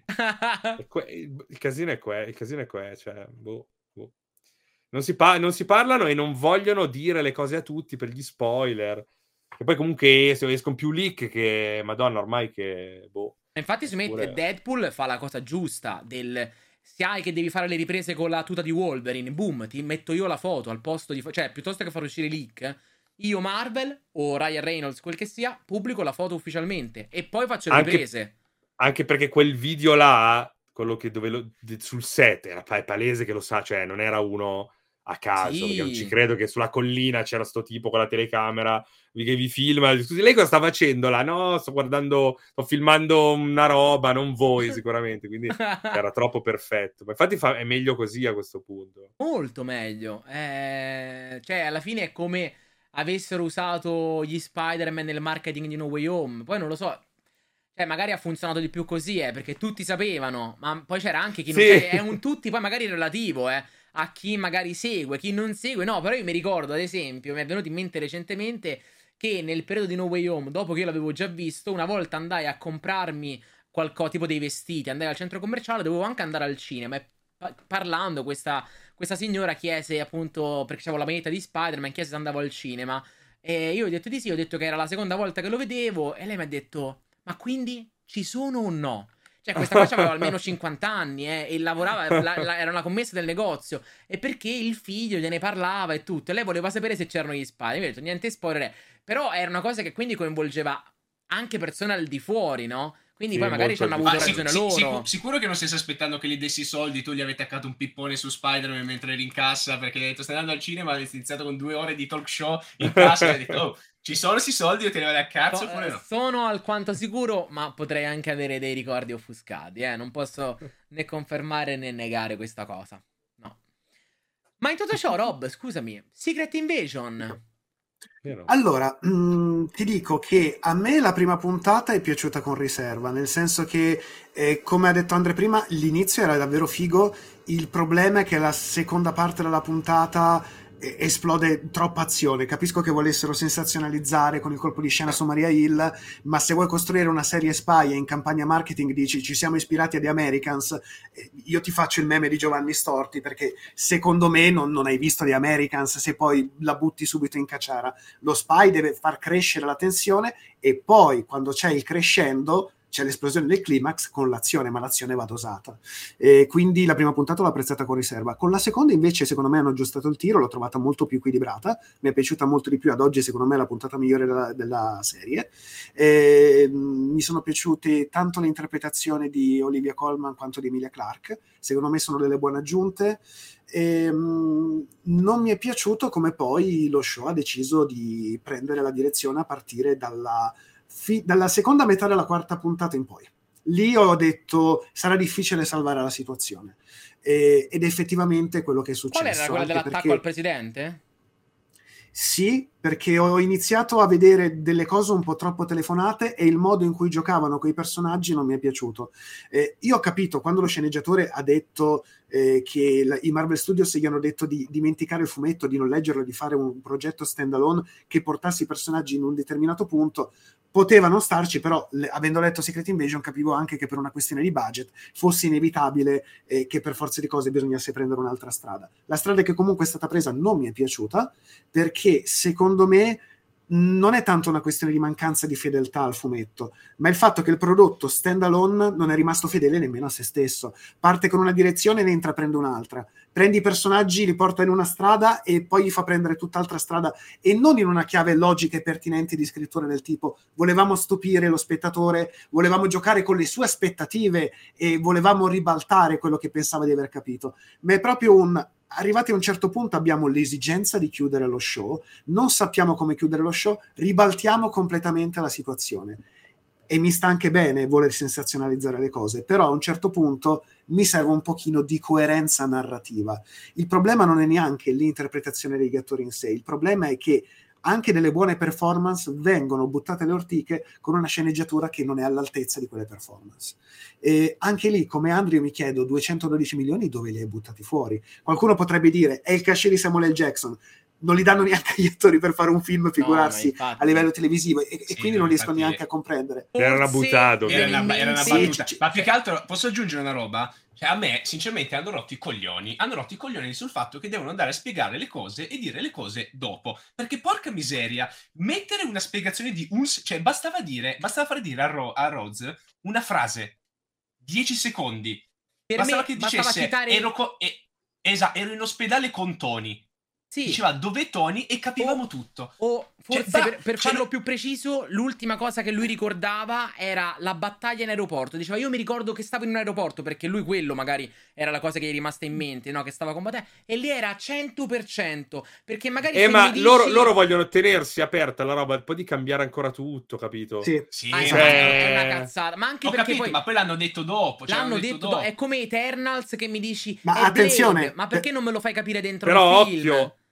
Il casino è qua, cioè... Non si parlano e non vogliono dire le cose a tutti per gli spoiler. E poi comunque escono più leak che... Madonna, ormai che... Infatti si mette Deadpool fa la cosa giusta se hai che devi fare le riprese con la tuta di Wolverine, boom, ti metto io la foto al posto di... Cioè, piuttosto che far uscire leak, io Marvel o Ryan Reynolds, quel che sia, pubblico la foto ufficialmente e poi faccio le riprese. Anche perché quel video là, quello che sul set, era palese che lo sa, cioè non era uno... a caso, perché non ci credo che sulla collina c'era sto tipo con la telecamera che vi filma. Scusi, lei cosa sta facendo là? No, sto filmando una roba, non voi sicuramente, quindi era troppo perfetto. Ma infatti è meglio così a questo punto. Molto meglio. Cioè, alla fine è come avessero usato gli Spider-Man nel marketing di No Way Home. Poi non lo so, cioè magari ha funzionato di più così, perché tutti sapevano, ma poi c'era anche chi non è un tutti poi magari relativo, a chi magari segue, chi non segue, no, però io mi ricordo, ad esempio, mi è venuto in mente recentemente che nel periodo di No Way Home, dopo che io l'avevo già visto, una volta andai a comprarmi qualcosa, tipo dei vestiti, andai al centro commerciale, dovevo anche andare al cinema, e parlando questa signora chiese appunto, perché c'avevo la maglietta di Spider-Man, chiese se andavo al cinema, e io ho detto di sì, ho detto che era la seconda volta che lo vedevo, e lei mi ha detto: ma quindi ci sono o no? Cioè questa qua aveva almeno 50 anni e lavorava, era una commessa del negozio, e perché il figlio gliene parlava e tutto, e lei voleva sapere se c'erano gli Spider. Mi ha detto niente spoiler, però era una cosa che quindi coinvolgeva anche persone al di fuori, no? Quindi poi magari ci hanno avuto ragione loro. Sicuro che non stessi aspettando che gli dessi i soldi, tu gli avete attaccato un pippone su Spider-Man mentre eri in cassa, perché gli hai detto stai andando al cinema, avete iniziato con 2 ore di talk show in cassa e hai detto oh, ci sono questi soldi, io te ne vado a cazzo oppure no? Sono alquanto sicuro, ma potrei anche avere dei ricordi offuscati, non posso né confermare né negare questa cosa, no. Ma in tutto ciò, Rob, scusami, Secret Invasion... Allora, ti dico che a me la prima puntata è piaciuta con riserva, nel senso che, come ha detto Andre prima, l'inizio era davvero figo. Il problema è che la seconda parte della puntata esplode troppa azione. Capisco che volessero sensazionalizzare con il colpo di scena su Maria Hill, ma se vuoi costruire una serie spy e in campagna marketing dici ci siamo ispirati a The Americans, io ti faccio il meme di Giovanni Storti, perché secondo me non hai visto The Americans se poi la butti subito in cacciara. Lo spy deve far crescere la tensione e poi quando c'è il crescendo c'è l'esplosione del climax con l'azione, ma l'azione va dosata. Quindi la prima puntata l'ho apprezzata con riserva. Con la seconda invece secondo me hanno aggiustato il tiro, l'ho trovata molto più equilibrata, mi è piaciuta molto di più, ad oggi secondo me è la puntata migliore della serie. Mi sono piaciute tanto le interpretazioni di Olivia Colman quanto di Emilia Clarke, secondo me sono delle buone aggiunte. Non mi è piaciuto come poi lo show ha deciso di prendere la direzione a partire dalla seconda metà della quarta puntata in poi. Lì ho detto sarà difficile salvare la situazione, ed effettivamente quello che è successo. Qual era quella dell'attacco al presidente? Sì, perché ho iniziato a vedere delle cose un po' troppo telefonate e il modo in cui giocavano quei personaggi non mi è piaciuto. Io ho capito quando lo sceneggiatore ha detto che i Marvel Studios gli hanno detto di dimenticare il fumetto, di non leggerlo, di fare un progetto standalone che portasse i personaggi in un determinato punto. Potevano starci, però avendo letto Secret Invasion capivo anche che per una questione di budget fosse inevitabile che per forza di cose bisognasse prendere un'altra strada. La strada che comunque è stata presa non mi è piaciuta, perché secondo me non è tanto una questione di mancanza di fedeltà al fumetto, ma il fatto che il prodotto standalone non è rimasto fedele nemmeno a se stesso. Parte con una direzione e ne intraprende un'altra. Prendi i personaggi, li porta in una strada e poi gli fa prendere tutt'altra strada, e non in una chiave logica e pertinente di scrittura del tipo volevamo stupire lo spettatore, volevamo giocare con le sue aspettative e volevamo ribaltare quello che pensava di aver capito, ma è proprio arrivati a un certo punto abbiamo l'esigenza di chiudere lo show, non sappiamo come chiudere lo show, ribaltiamo completamente la situazione. E mi sta anche bene voler sensazionalizzare le cose, però a un certo punto mi serve un pochino di coerenza narrativa. Il problema non è neanche l'interpretazione degli attori in sé, il problema è che anche delle buone performance vengono buttate alle ortiche con una sceneggiatura che non è all'altezza di quelle performance. E anche lì, come Andrew, mi chiedo 212 milioni dove li hai buttati fuori? Qualcuno potrebbe dire è il cachet di Samuel L. Jackson, non li danno neanche agli attori per fare un film, figurarsi a livello televisivo, e sì, quindi non riesco neanche a comprendere. Era una buttata. Era una battuta. Ma più che altro posso aggiungere una roba? Cioè, a me sinceramente hanno rotto i coglioni sul fatto che devono andare a spiegare le cose e dire le cose dopo, perché porca miseria, mettere una spiegazione di cioè bastava fare dire a Rhodes una frase 10 secondi, bastava che dicesse ero in ospedale con Tony. Sì. Diceva dove Tony e capivamo tutto. O forse per farlo più preciso, l'ultima cosa che lui ricordava era la battaglia in aeroporto. Diceva io mi ricordo che stavo in un aeroporto, perché lui quello magari era la cosa che gli è rimasta in mente, no? Che stava combattendo, e lì era 100%, perché magari ma loro vogliono tenersi aperta la roba, poi di cambiare ancora tutto, capito? Sì. È una cazzata. Ma anche perché capito, ma poi l'hanno detto dopo. L'hanno detto dopo. È come Eternals che mi dici ma attenzione, Blade, ma perché non me lo fai capire dentro però il film? occhio,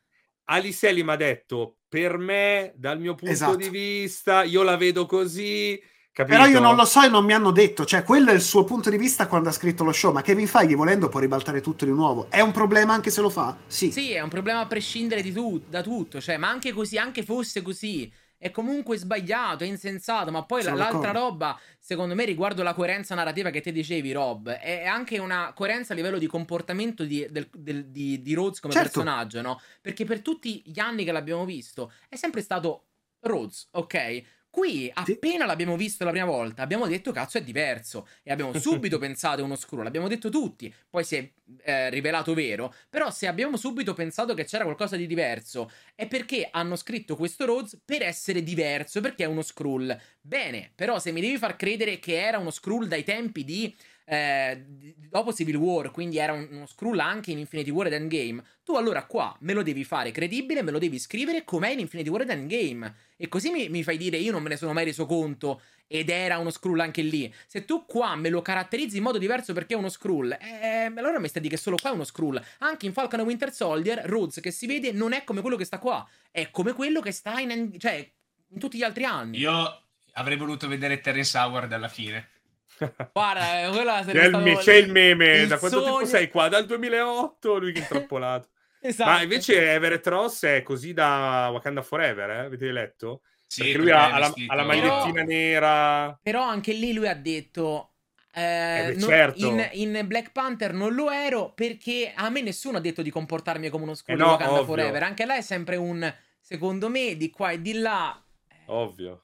Alice Selim ha detto, per me, dal mio punto di vista, io la vedo così, capito? Però io non lo so e non mi hanno detto, cioè quello è il suo punto di vista quando ha scritto lo show, ma Kevin Feige volendo può ribaltare tutto di nuovo. È un problema anche se lo fa? Sì, è un problema a prescindere da tutto, cioè, ma anche così, anche fosse così, è comunque sbagliato, è insensato, ma poi l'altra roba, secondo me, riguardo la coerenza narrativa che te dicevi, Rob, è anche una coerenza a livello di comportamento di Rhodes come personaggio, no? Perché per tutti gli anni che l'abbiamo visto è sempre stato Rhodes, ok? Qui, appena l'abbiamo visto la prima volta, abbiamo detto cazzo è diverso e abbiamo subito pensato è uno Skrull, l'abbiamo detto tutti, poi si è rivelato vero, però se abbiamo subito pensato che c'era qualcosa di diverso è perché hanno scritto questo Rhodes per essere diverso, perché è uno Skrull. Bene, però se mi devi far credere che era uno Skrull dai tempi di dopo Civil War, quindi era uno Skrull anche in Infinity War ed Endgame, tu allora qua me lo devi fare credibile, me lo devi scrivere com'è in Infinity War ed Endgame, e così mi fai dire io non me ne sono mai reso conto ed era uno Skrull anche lì. Se tu qua me lo caratterizzi in modo diverso perché è uno Skrull, allora mi stai di che solo qua è uno Skrull. Anche in Falcon e Winter Soldier Rhodes che si vede non è come quello che sta qua, è come quello che sta in tutti gli altri anni. Io avrei voluto vedere Terrence Howard alla fine. Guarda, quella c'è il meme. Da quanto tempo sei qua? Dal 2008, lui che è intrappolato. Esatto. Ma invece Everett Ross è così da Wakanda Forever, Avete letto? Sì, perché lui ha la magliettina nera. Però anche lì lui ha detto certo. in Black Panther non lo ero perché a me nessuno ha detto di comportarmi come uno Skrull di Wakanda Forever. Anche là è sempre un, secondo me, di qua e di là. Ovvio.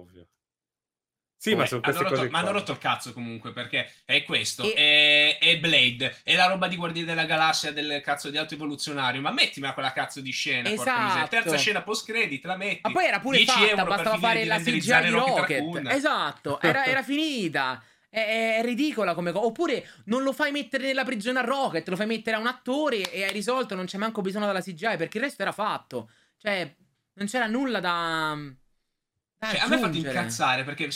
Sì, ma sono queste cose ma hanno rotto il cazzo comunque, perché è questo, è Blade, è la roba di Guardiani della Galassia del cazzo di Alto Evoluzionario, ma mettimela quella cazzo di scena, esatto. Terza scena post-credit, la metti. Ma poi era pure fatta, bastava fare la CGI di Rocket. Esatto, era finita. È ridicola come cosa. Oppure non lo fai mettere nella prigione a Rocket, lo fai mettere a un attore e hai risolto, non c'è manco bisogno della CGI, perché il resto era fatto. Cioè, non c'era nulla da... Cioè, a me ha fatto incazzare perché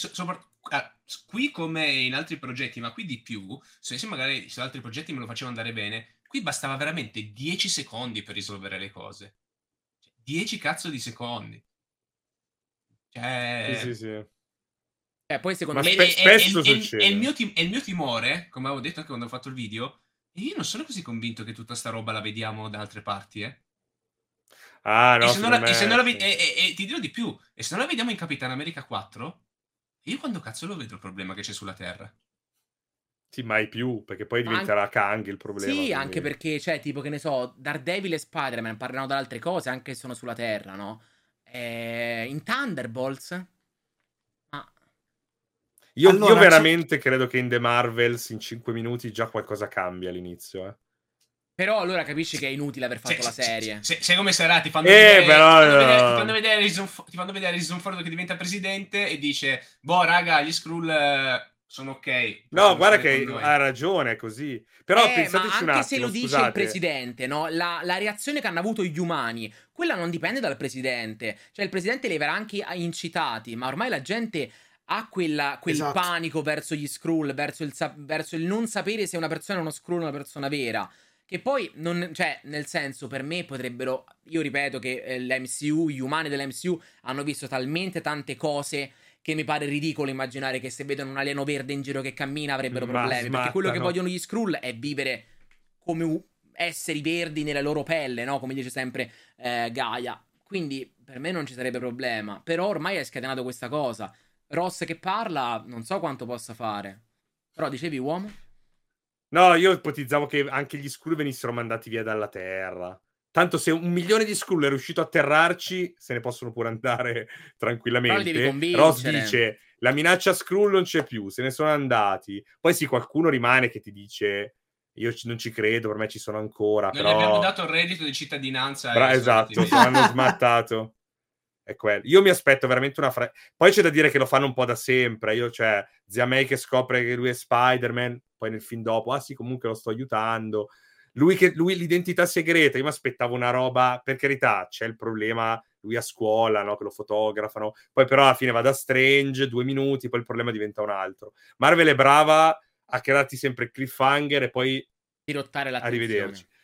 qui come in altri progetti, ma qui di più, se magari su altri progetti me lo faceva andare bene, qui bastava veramente 10 secondi per risolvere le cose. 10 cazzo di secondi. Cioè... Sì. Poi secondo me spesso succede. È il mio timore, come avevo detto anche quando ho fatto il video, e io non sono così convinto che tutta sta roba la vediamo da altre parti, Ah, no, e ti dirò di più, e se non la vediamo in Capitan America 4, io quando cazzo lo vedo il problema che c'è sulla Terra? Sì, mai più, perché poi diventerà Kang il problema. Sì, quindi... anche perché, cioè, tipo, che ne so, Daredevil e Spider-Man parlano da altre cose, anche se sono sulla Terra, no? In Thunderbolts... Io veramente credo che in The Marvels in 5 minuti già qualcosa cambia all'inizio, Però allora capisci che è inutile aver fatto la serie. Sai come sarà? Ti fanno vedere Harrison Ford che diventa presidente e dice: boh, raga, gli Skrull sono ok. No, guarda che ha ragione, è così. Però pensateci un attimo, anche se lo dice il presidente, no? La reazione che hanno avuto gli umani, quella non dipende dal presidente. Cioè il presidente li avrà anche incitati, ma ormai la gente... ha quel panico verso gli Skrull, verso il non sapere se una persona è uno Skrull o una persona vera. Che poi, cioè, nel senso, per me potrebbero... Io ripeto che l'MCU, gli umani dell'MCU hanno visto talmente tante cose che mi pare ridicolo immaginare che se vedono un alieno verde in giro che cammina avrebbero problemi. Perché quello che vogliono gli Skrull è vivere come esseri verdi nella loro pelle, no? Come dice sempre Gaia. Quindi, per me non ci sarebbe problema. Però ormai è scatenato questa cosa. Ross che parla, non so quanto possa fare. Però dicevi uomo? No, io ipotizzavo che anche gli Skrull venissero mandati via dalla Terra. Tanto se 1 milione di Skrull è riuscito a atterrarci, se ne possono pure andare tranquillamente. Ross dice, la minaccia Skrull non c'è più, se ne sono andati. Poi sì, qualcuno rimane che ti dice, io non ci credo, per me ci sono ancora. Noi gli abbiamo dato il reddito di cittadinanza. Esatto, hanno smattato. È quello. Io mi aspetto veramente una poi c'è da dire che lo fanno un po' da sempre. Cioè, zia May che scopre che lui è Spider-Man, poi nel film dopo, sì, comunque lo sto aiutando. Lui l'identità segreta, io mi aspettavo una roba, per carità, c'è il problema, lui a scuola, no, che lo fotografano, poi però alla fine va da Strange, 2 minuti, poi il problema diventa un altro. Marvel è brava a crearti sempre il cliffhanger e poi dirottare l'attenzione. Arrivederci.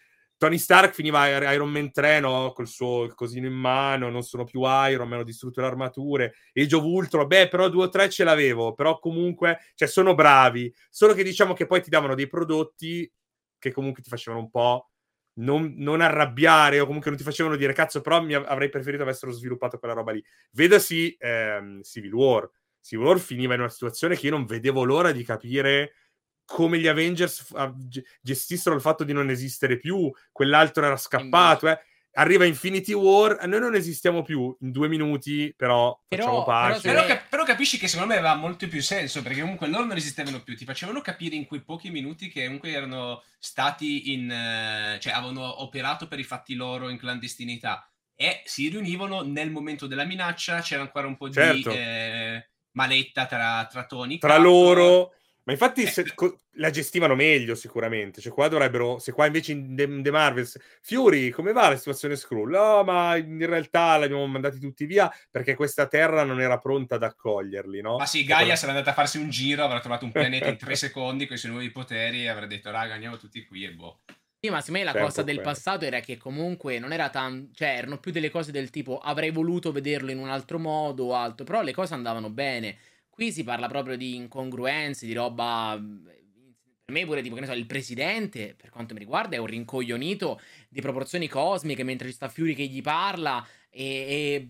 Tony Stark finiva Iron Man 3, no? Col suo cosino in mano, non sono più Iron Man, ho distrutto le armature. Age of Ultron, però 2 o 3 ce l'avevo, però comunque, cioè, sono bravi. Solo che diciamo che poi ti davano dei prodotti che comunque ti facevano un po' non arrabbiare, o comunque non ti facevano dire cazzo, però avrei preferito avessero sviluppato quella roba lì. Vedasi Civil War. Civil War finiva in una situazione che io non vedevo l'ora di capire come gli Avengers gestissero il fatto di non esistere più, quell'altro era scappato, Arriva Infinity War, noi non esistiamo più in 2 minuti, però facciamo pace. Però capisci che secondo me aveva molto più senso, perché comunque loro non esistevano più, ti facevano capire in quei pochi minuti che comunque erano stati cioè avevano operato per i fatti loro in clandestinità e si riunivano nel momento della minaccia, c'era ancora un po' di maletta tra Tony, tra loro. Ma infatti la gestivano meglio sicuramente, cioè qua dovrebbero, se qua invece in The Marvels, Fury, come va la situazione Skrull? No, ma in realtà l'abbiamo mandati tutti via perché questa terra non era pronta ad accoglierli, no? Ma sì, Gaia sarà andata a farsi un giro, avrà trovato un pianeta in 3 secondi con i suoi nuovi poteri e avrà detto raga andiamo tutti qui e boh. Sì, ma secondo me la cosa del passato era che comunque non era cioè erano più delle cose del tipo avrei voluto vederlo in un altro modo o altro, però le cose andavano bene. Qui si parla proprio di incongruenze, di roba. Per me pure tipo, che ne so, il presidente, per quanto mi riguarda, è un rincoglionito di proporzioni cosmiche mentre ci sta Fury che gli parla e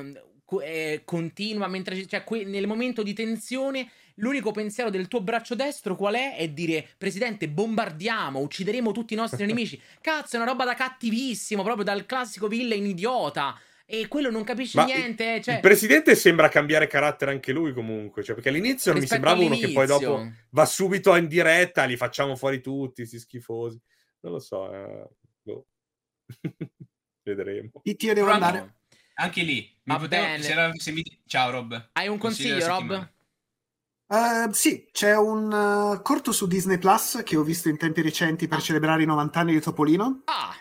continua mentre cioè nel momento di tensione l'unico pensiero del tuo braccio destro qual è? È dire presidente bombardiamo, uccideremo tutti i nostri nemici. Cazzo, è una roba da cattivissimo, proprio dal classico villain idiota. E quello non capisce niente. Cioè. Il presidente sembra cambiare carattere anche lui comunque, cioè, perché all'inizio non mi sembrava uno che poi dopo va subito in diretta, li facciamo fuori tutti, sti schifosi. Non lo so, boh. Vedremo. Io devo andare. Anche lì. Ciao Rob. Hai un consiglio Rob? Sì, c'è un corto su Disney Plus che ho visto in tempi recenti per celebrare i 90 anni di Topolino.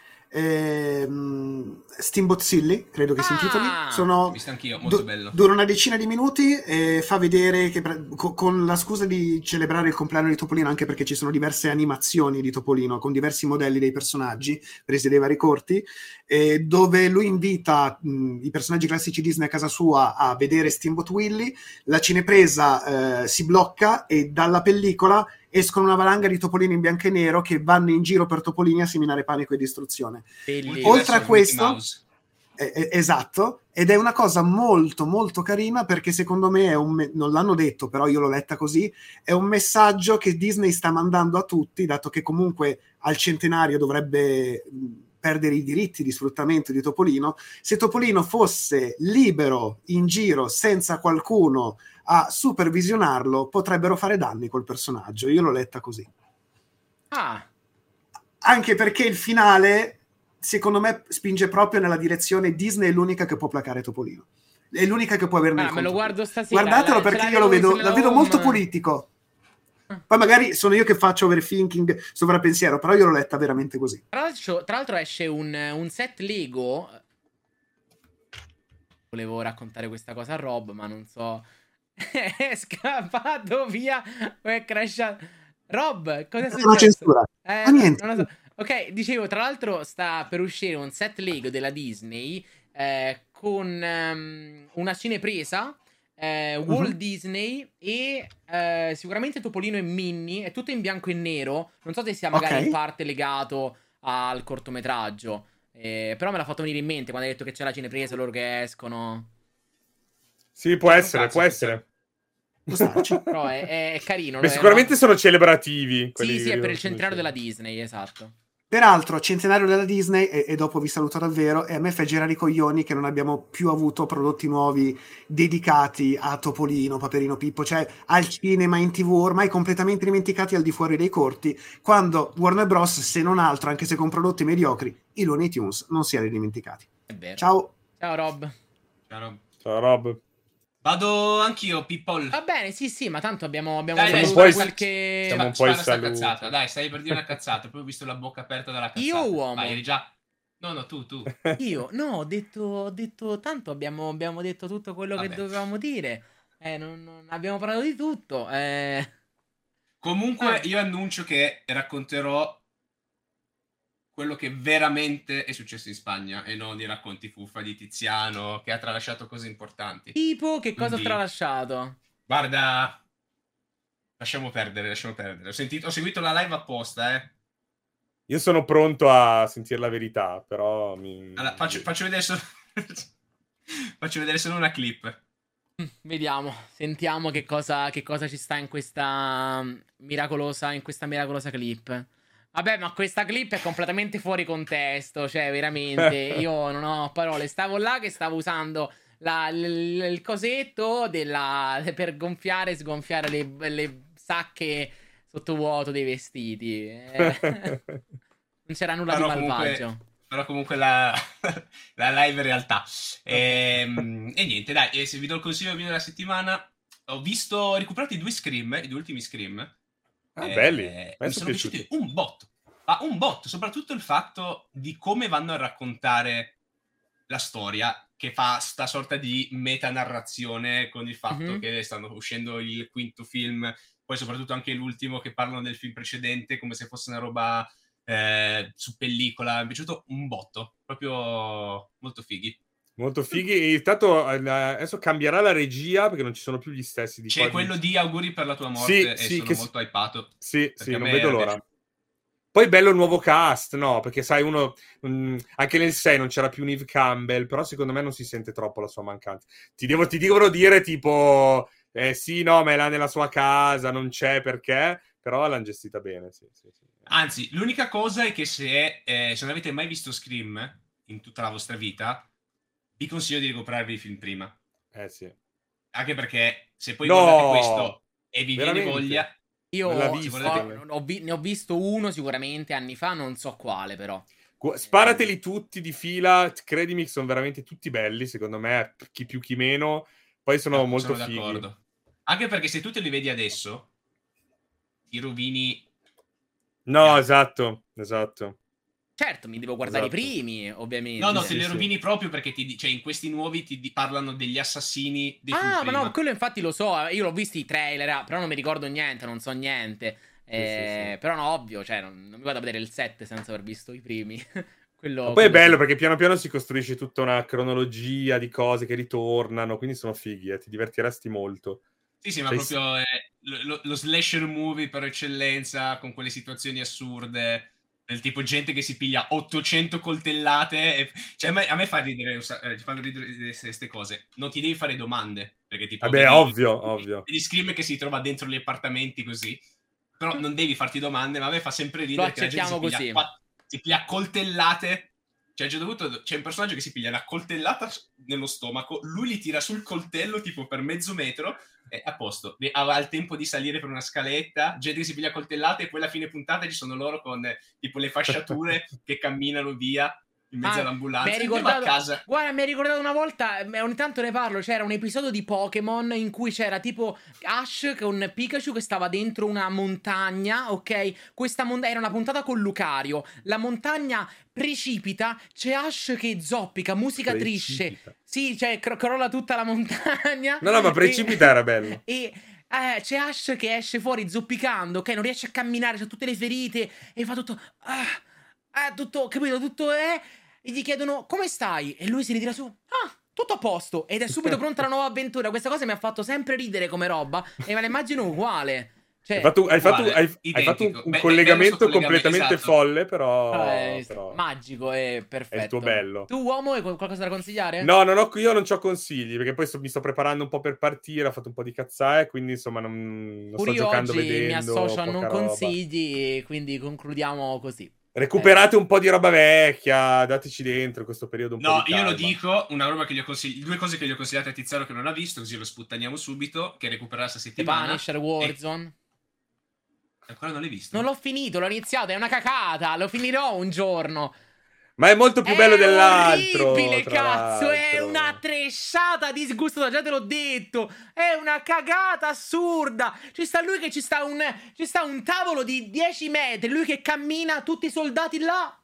Steamboat Silly, credo che si intitoli. L'ho visto anch'io, molto bello. Dura una decina di minuti e fa vedere che con la scusa di celebrare il compleanno di Topolino, anche perché ci sono diverse animazioni di Topolino con diversi modelli dei personaggi presi dai vari corti, dove lui invita i personaggi classici Disney a casa sua a vedere Steamboat Willie. La cinepresa si blocca e dalla pellicola escono una valanga di topolini in bianco e nero che vanno in giro per Topolini a seminare panico e distruzione. Oltre a questo, esatto, ed è una cosa molto molto carina perché secondo me non l'hanno detto, però io l'ho letta così, è un messaggio che Disney sta mandando a tutti, dato che comunque al centenario dovrebbe perdere i diritti di sfruttamento di Topolino. Se Topolino fosse libero in giro senza qualcuno a supervisionarlo, potrebbero fare danni col personaggio. Io l'ho letta così. Anche perché il finale, secondo me, spinge proprio nella direzione Disney è l'unica che può placare Topolino. È l'unica che può averne il me lo guardo stasera. Guardatelo perché io lo vedo molto politico. Poi magari sono io che faccio overthinking, sovrappensiero, però io l'ho letta veramente così. Tra l'altro esce un set Lego. Volevo raccontare questa cosa a Rob, ma non so. È scappato via. È crashato. Rob, cosa è successo? Una censura. Niente. Non lo so. Ok, dicevo, tra l'altro sta per uscire un set Lego della Disney con una cinepresa, Walt Disney e sicuramente Topolino e Minnie. È tutto in bianco e nero. Non so se sia magari in parte legato al cortometraggio, però me l'ha fatto venire in mente quando hai detto che c'è la cinepresa, loro che escono. Sì, può essere. Però è carino. Beh, sicuramente sono celebrativi. Sì, è per il centenario della Disney, esatto. Peraltro, centenario della Disney, e dopo vi saluto davvero, e a me fa girare i coglioni che non abbiamo più avuto prodotti nuovi dedicati a Topolino, Paperino Pippo, cioè al cinema, in TV, ormai completamente dimenticati al di fuori dei corti, quando Warner Bros., se non altro, anche se con prodotti mediocri, i Looney Tunes non si erano dimenticati. È vero. Ciao. Ciao Rob. Ciao Rob. Vado anch'io, Pippol. Va bene, sì, ma tanto abbiamo qualche... Siamo un po' in cazzata. Dai, stai per dire una cazzata. Poi ho visto la bocca aperta dalla cazzata. Io, uomo. Vai, eri già... No, tu. Io? No, ho detto tanto, abbiamo detto tutto quello che dovevamo dire. Non abbiamo parlato di tutto. Comunque, io annuncio che racconterò quello che veramente è successo in Spagna e non i racconti fuffa di Tiziano che ha tralasciato cose importanti. Tipo, che cosa Quindi, ha tralasciato? Guarda, lasciamo perdere. Ho seguito la live apposta, Io sono pronto a sentire la verità, però Allora, faccio vedere solo... faccio vedere solo una clip. Vediamo, sentiamo che cosa ci sta in questa miracolosa clip. Vabbè, ma questa clip è completamente fuori contesto, cioè veramente io non ho parole. Stavo là che stavo usando il cosetto per gonfiare e sgonfiare le sacche sottovuoto dei vestiti. Non c'era nulla di malvagio. Però comunque la live realtà. E niente, dai, se vi do il consiglio del video della settimana, ho recuperato i due ultimi Scream. Belli. Mi sono piaciuti un botto. Ma un botto, soprattutto il fatto di come vanno a raccontare la storia, che fa sta sorta di metanarrazione con il fatto che stanno uscendo il quinto film, poi soprattutto anche l'ultimo che parlano del film precedente come se fosse una roba su pellicola. Mi è piaciuto un botto, proprio molto fighi. Molto fighi. Intanto adesso cambierà la regia perché non ci sono più gli stessi di C'è quello di auguri per la tua morte sì, sono molto hypato. Sì, non vedo l'ora. Poi bello il nuovo cast, no? Perché sai, anche nel 6 non c'era più Neve Campbell, però secondo me non si sente troppo la sua mancanza. Ti devono dire tipo, sì, no, ma è là nella sua casa, non c'è perché, però l'hanno gestita bene, sì. Anzi, l'unica cosa è che se non avete mai visto Scream in tutta la vostra vita, vi consiglio di recuperarvi il film prima. Sì. Anche perché se poi guardate questo e vi viene voglia... Io ne ho visto uno sicuramente anni fa, non so quale però. Sparateli tutti di fila, credimi che sono veramente tutti belli, secondo me, chi più chi meno. Poi sono molto fighi. D'accordo. Anche perché se tu te li vedi adesso, ti rovini... No, esatto. Certo, mi devo guardare i primi, ovviamente. No, te li rovini proprio perché in questi nuovi ti parlano degli assassini dei film prima. Ma no, quello infatti lo so, io l'ho visto i trailer, però non mi ricordo niente, non so niente. Però no, ovvio, cioè non mi vado a vedere il 7 senza aver visto i primi. Poi è bello perché piano piano si costruisce tutta una cronologia di cose che ritornano, quindi sono fighi, ti divertiresti molto. Sì, ma proprio lo slasher movie per eccellenza, con quelle situazioni assurde, del tipo gente che si piglia 800 coltellate. Cioè, a me fa ridere queste cose. Non ti devi fare domande, perché tipo... Vabbè, ovvio. Vedi Scream che si trova dentro gli appartamenti così, però non devi farti domande, ma a me fa sempre ridere che la gente si piglia coltellate. Cioè, c'è un personaggio che si piglia una coltellata nello stomaco, lui li tira sul coltello tipo per mezzo metro, e a posto. Ha il tempo di salire per una scaletta, gente che si piglia coltellate, e poi alla fine puntata ci sono loro con tipo le fasciature che camminano via in mezzo all'ambulanza. A casa. Guarda, mi hai ricordato una volta, ogni tanto ne parlo, c'era un episodio di Pokémon in cui c'era tipo Ash con Pikachu che stava dentro una montagna, ok? Questa era una puntata con Lucario, la montagna precipita, c'è Ash che zoppica, musica trisce. Sì, cioè crolla tutta la montagna. No, ma precipita era bello. E c'è Ash che esce fuori zoppicando, ok? Non riesce a camminare, c'ha tutte le ferite e fa tutto... tutto, capito? Tutto e gli chiedono come stai? E lui si ritira su. Tutto a posto. Ed è subito pronta la nuova avventura. Questa cosa mi ha fatto sempre ridere come roba. E me la immagino uguale. Cioè, hai fatto un collegamento completamente folle, però magico e perfetto. È il tuo bello. Tu, uomo, hai qualcosa da consigliare? No, io non ho consigli, perché poi mi sto preparando un po' per partire, ho fatto un po' di cazzate, quindi insomma non sto giocando oggi vedendo. Mi associo a non consigli, quindi concludiamo così. Recuperate un po' di roba vecchia, dateci dentro in questo periodo un po' di calma. Io lo dico, una roba che due cose che gli ho consigliato a Tiziano che non ha visto, così lo sputtaniamo subito, che recupererà questa settimana. Punisher Warzone. Ancora non l'hai visto? Non l'ho finito, l'ho iniziato, è una cacata, lo finirò un giorno. Ma è molto più bello dell'altro. È orribile, cazzo, è una tresciata disgustosa, già te l'ho detto. È una cagata assurda. Ci sta lui che ci sta un tavolo di 10 metri, lui che cammina, tutti i soldati là.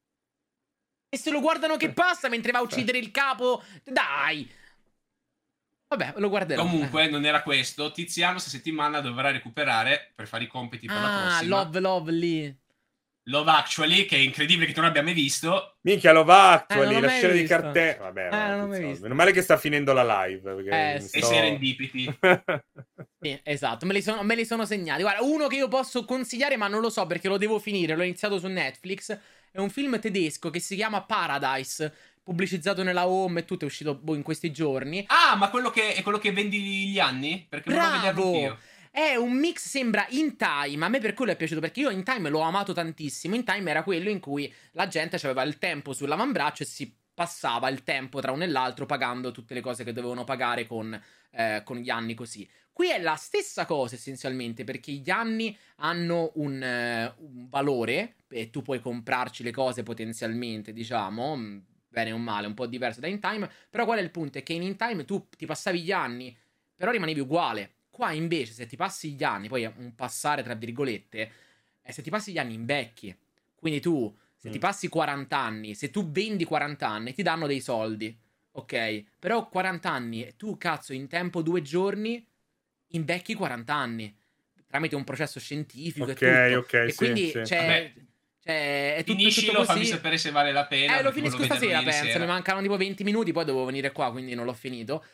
E se lo guardano che passa mentre va a uccidere il capo. Dai. Vabbè, lo guarderò. Comunque, non era questo. Tiziano, questa settimana dovrà recuperare per fare i compiti per la prossima. Love lì. Love Actually, che è incredibile che tu non abbia mai visto. Minchia, Love Actually, la scena di visto. cartella. Vabbè, non l'ho mai visto. meno male che sta finendo la live. Perché Sì. E Serendipity. Sì, esatto, me li sono segnati. Guarda, uno che io posso consigliare, ma non lo so perché lo devo finire, l'ho iniziato su Netflix, è un film tedesco che si chiama Paradise, pubblicizzato nella Home e tutto, è uscito in questi giorni. Ah, ma è quello che vendi gli anni? Perché volevo vederlo anch'io. È un mix, sembra In Time. A me per quello è piaciuto, perché io In Time l'ho amato tantissimo. In Time era quello in cui la gente aveva il tempo sull'avambraccio e si passava il tempo tra uno e l'altro pagando tutte le cose che dovevano pagare con gli anni così. Qui è la stessa cosa essenzialmente, perché gli anni hanno un valore e tu puoi comprarci le cose potenzialmente, diciamo, bene o male, un po' diverso da In Time. Però qual è il punto? È che in In Time tu ti passavi gli anni, però rimanevi uguale. Qua invece se ti passi gli anni, poi è un passare tra virgolette, se ti passi gli anni invecchi. Quindi tu, se ti passi 40 anni, se tu vendi 40 anni ti danno dei soldi, ok? Però 40 anni, tu cazzo in tempo 2 giorni invecchi 40 anni tramite un processo scientifico e tutto. Ok, e sì, quindi sì. cioè, è tutto, Finiscilo, tutto così. fammi sapere se vale la pena. Lo finisco stasera, penso. Sera. Mi mancano tipo 20 minuti, poi devo venire qua, quindi non l'ho finito.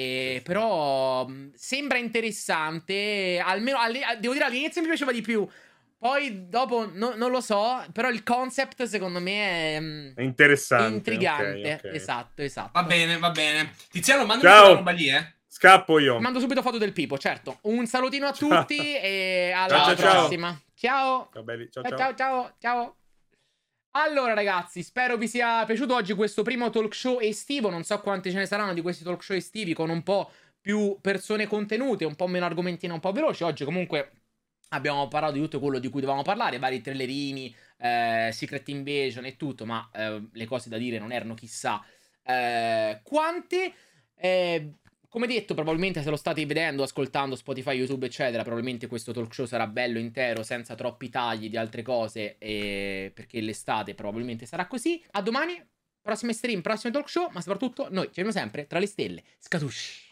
Però sembra interessante. Almeno devo dire, all'inizio mi piaceva di più. Poi dopo non lo so. Però il concept secondo me è interessante. È intrigante. Okay. Esatto. Va bene. Tiziano, mandami una roba lì, Scappo io. Mando subito foto del Pipo, certo. Un salutino a tutti e alla ciao. prossima. Ciao. Ciao belli. Ciao. Allora ragazzi, spero vi sia piaciuto oggi questo primo talk show estivo. Non so quanti ce ne saranno di questi talk show estivi con un po' più persone contenute, un po' meno argomentine, un po' veloci. Oggi comunque abbiamo parlato di tutto quello di cui dovevamo parlare, vari trailerini, Secret Invasion e tutto, ma le cose da dire non erano chissà quante. Come detto, probabilmente se lo state vedendo, ascoltando Spotify, YouTube, eccetera, probabilmente questo talk show sarà bello intero, senza troppi tagli di altre cose, perché l'estate probabilmente sarà così. A domani, prossime stream, prossimi talk show, ma soprattutto noi ci vediamo sempre tra le stelle. Scatush!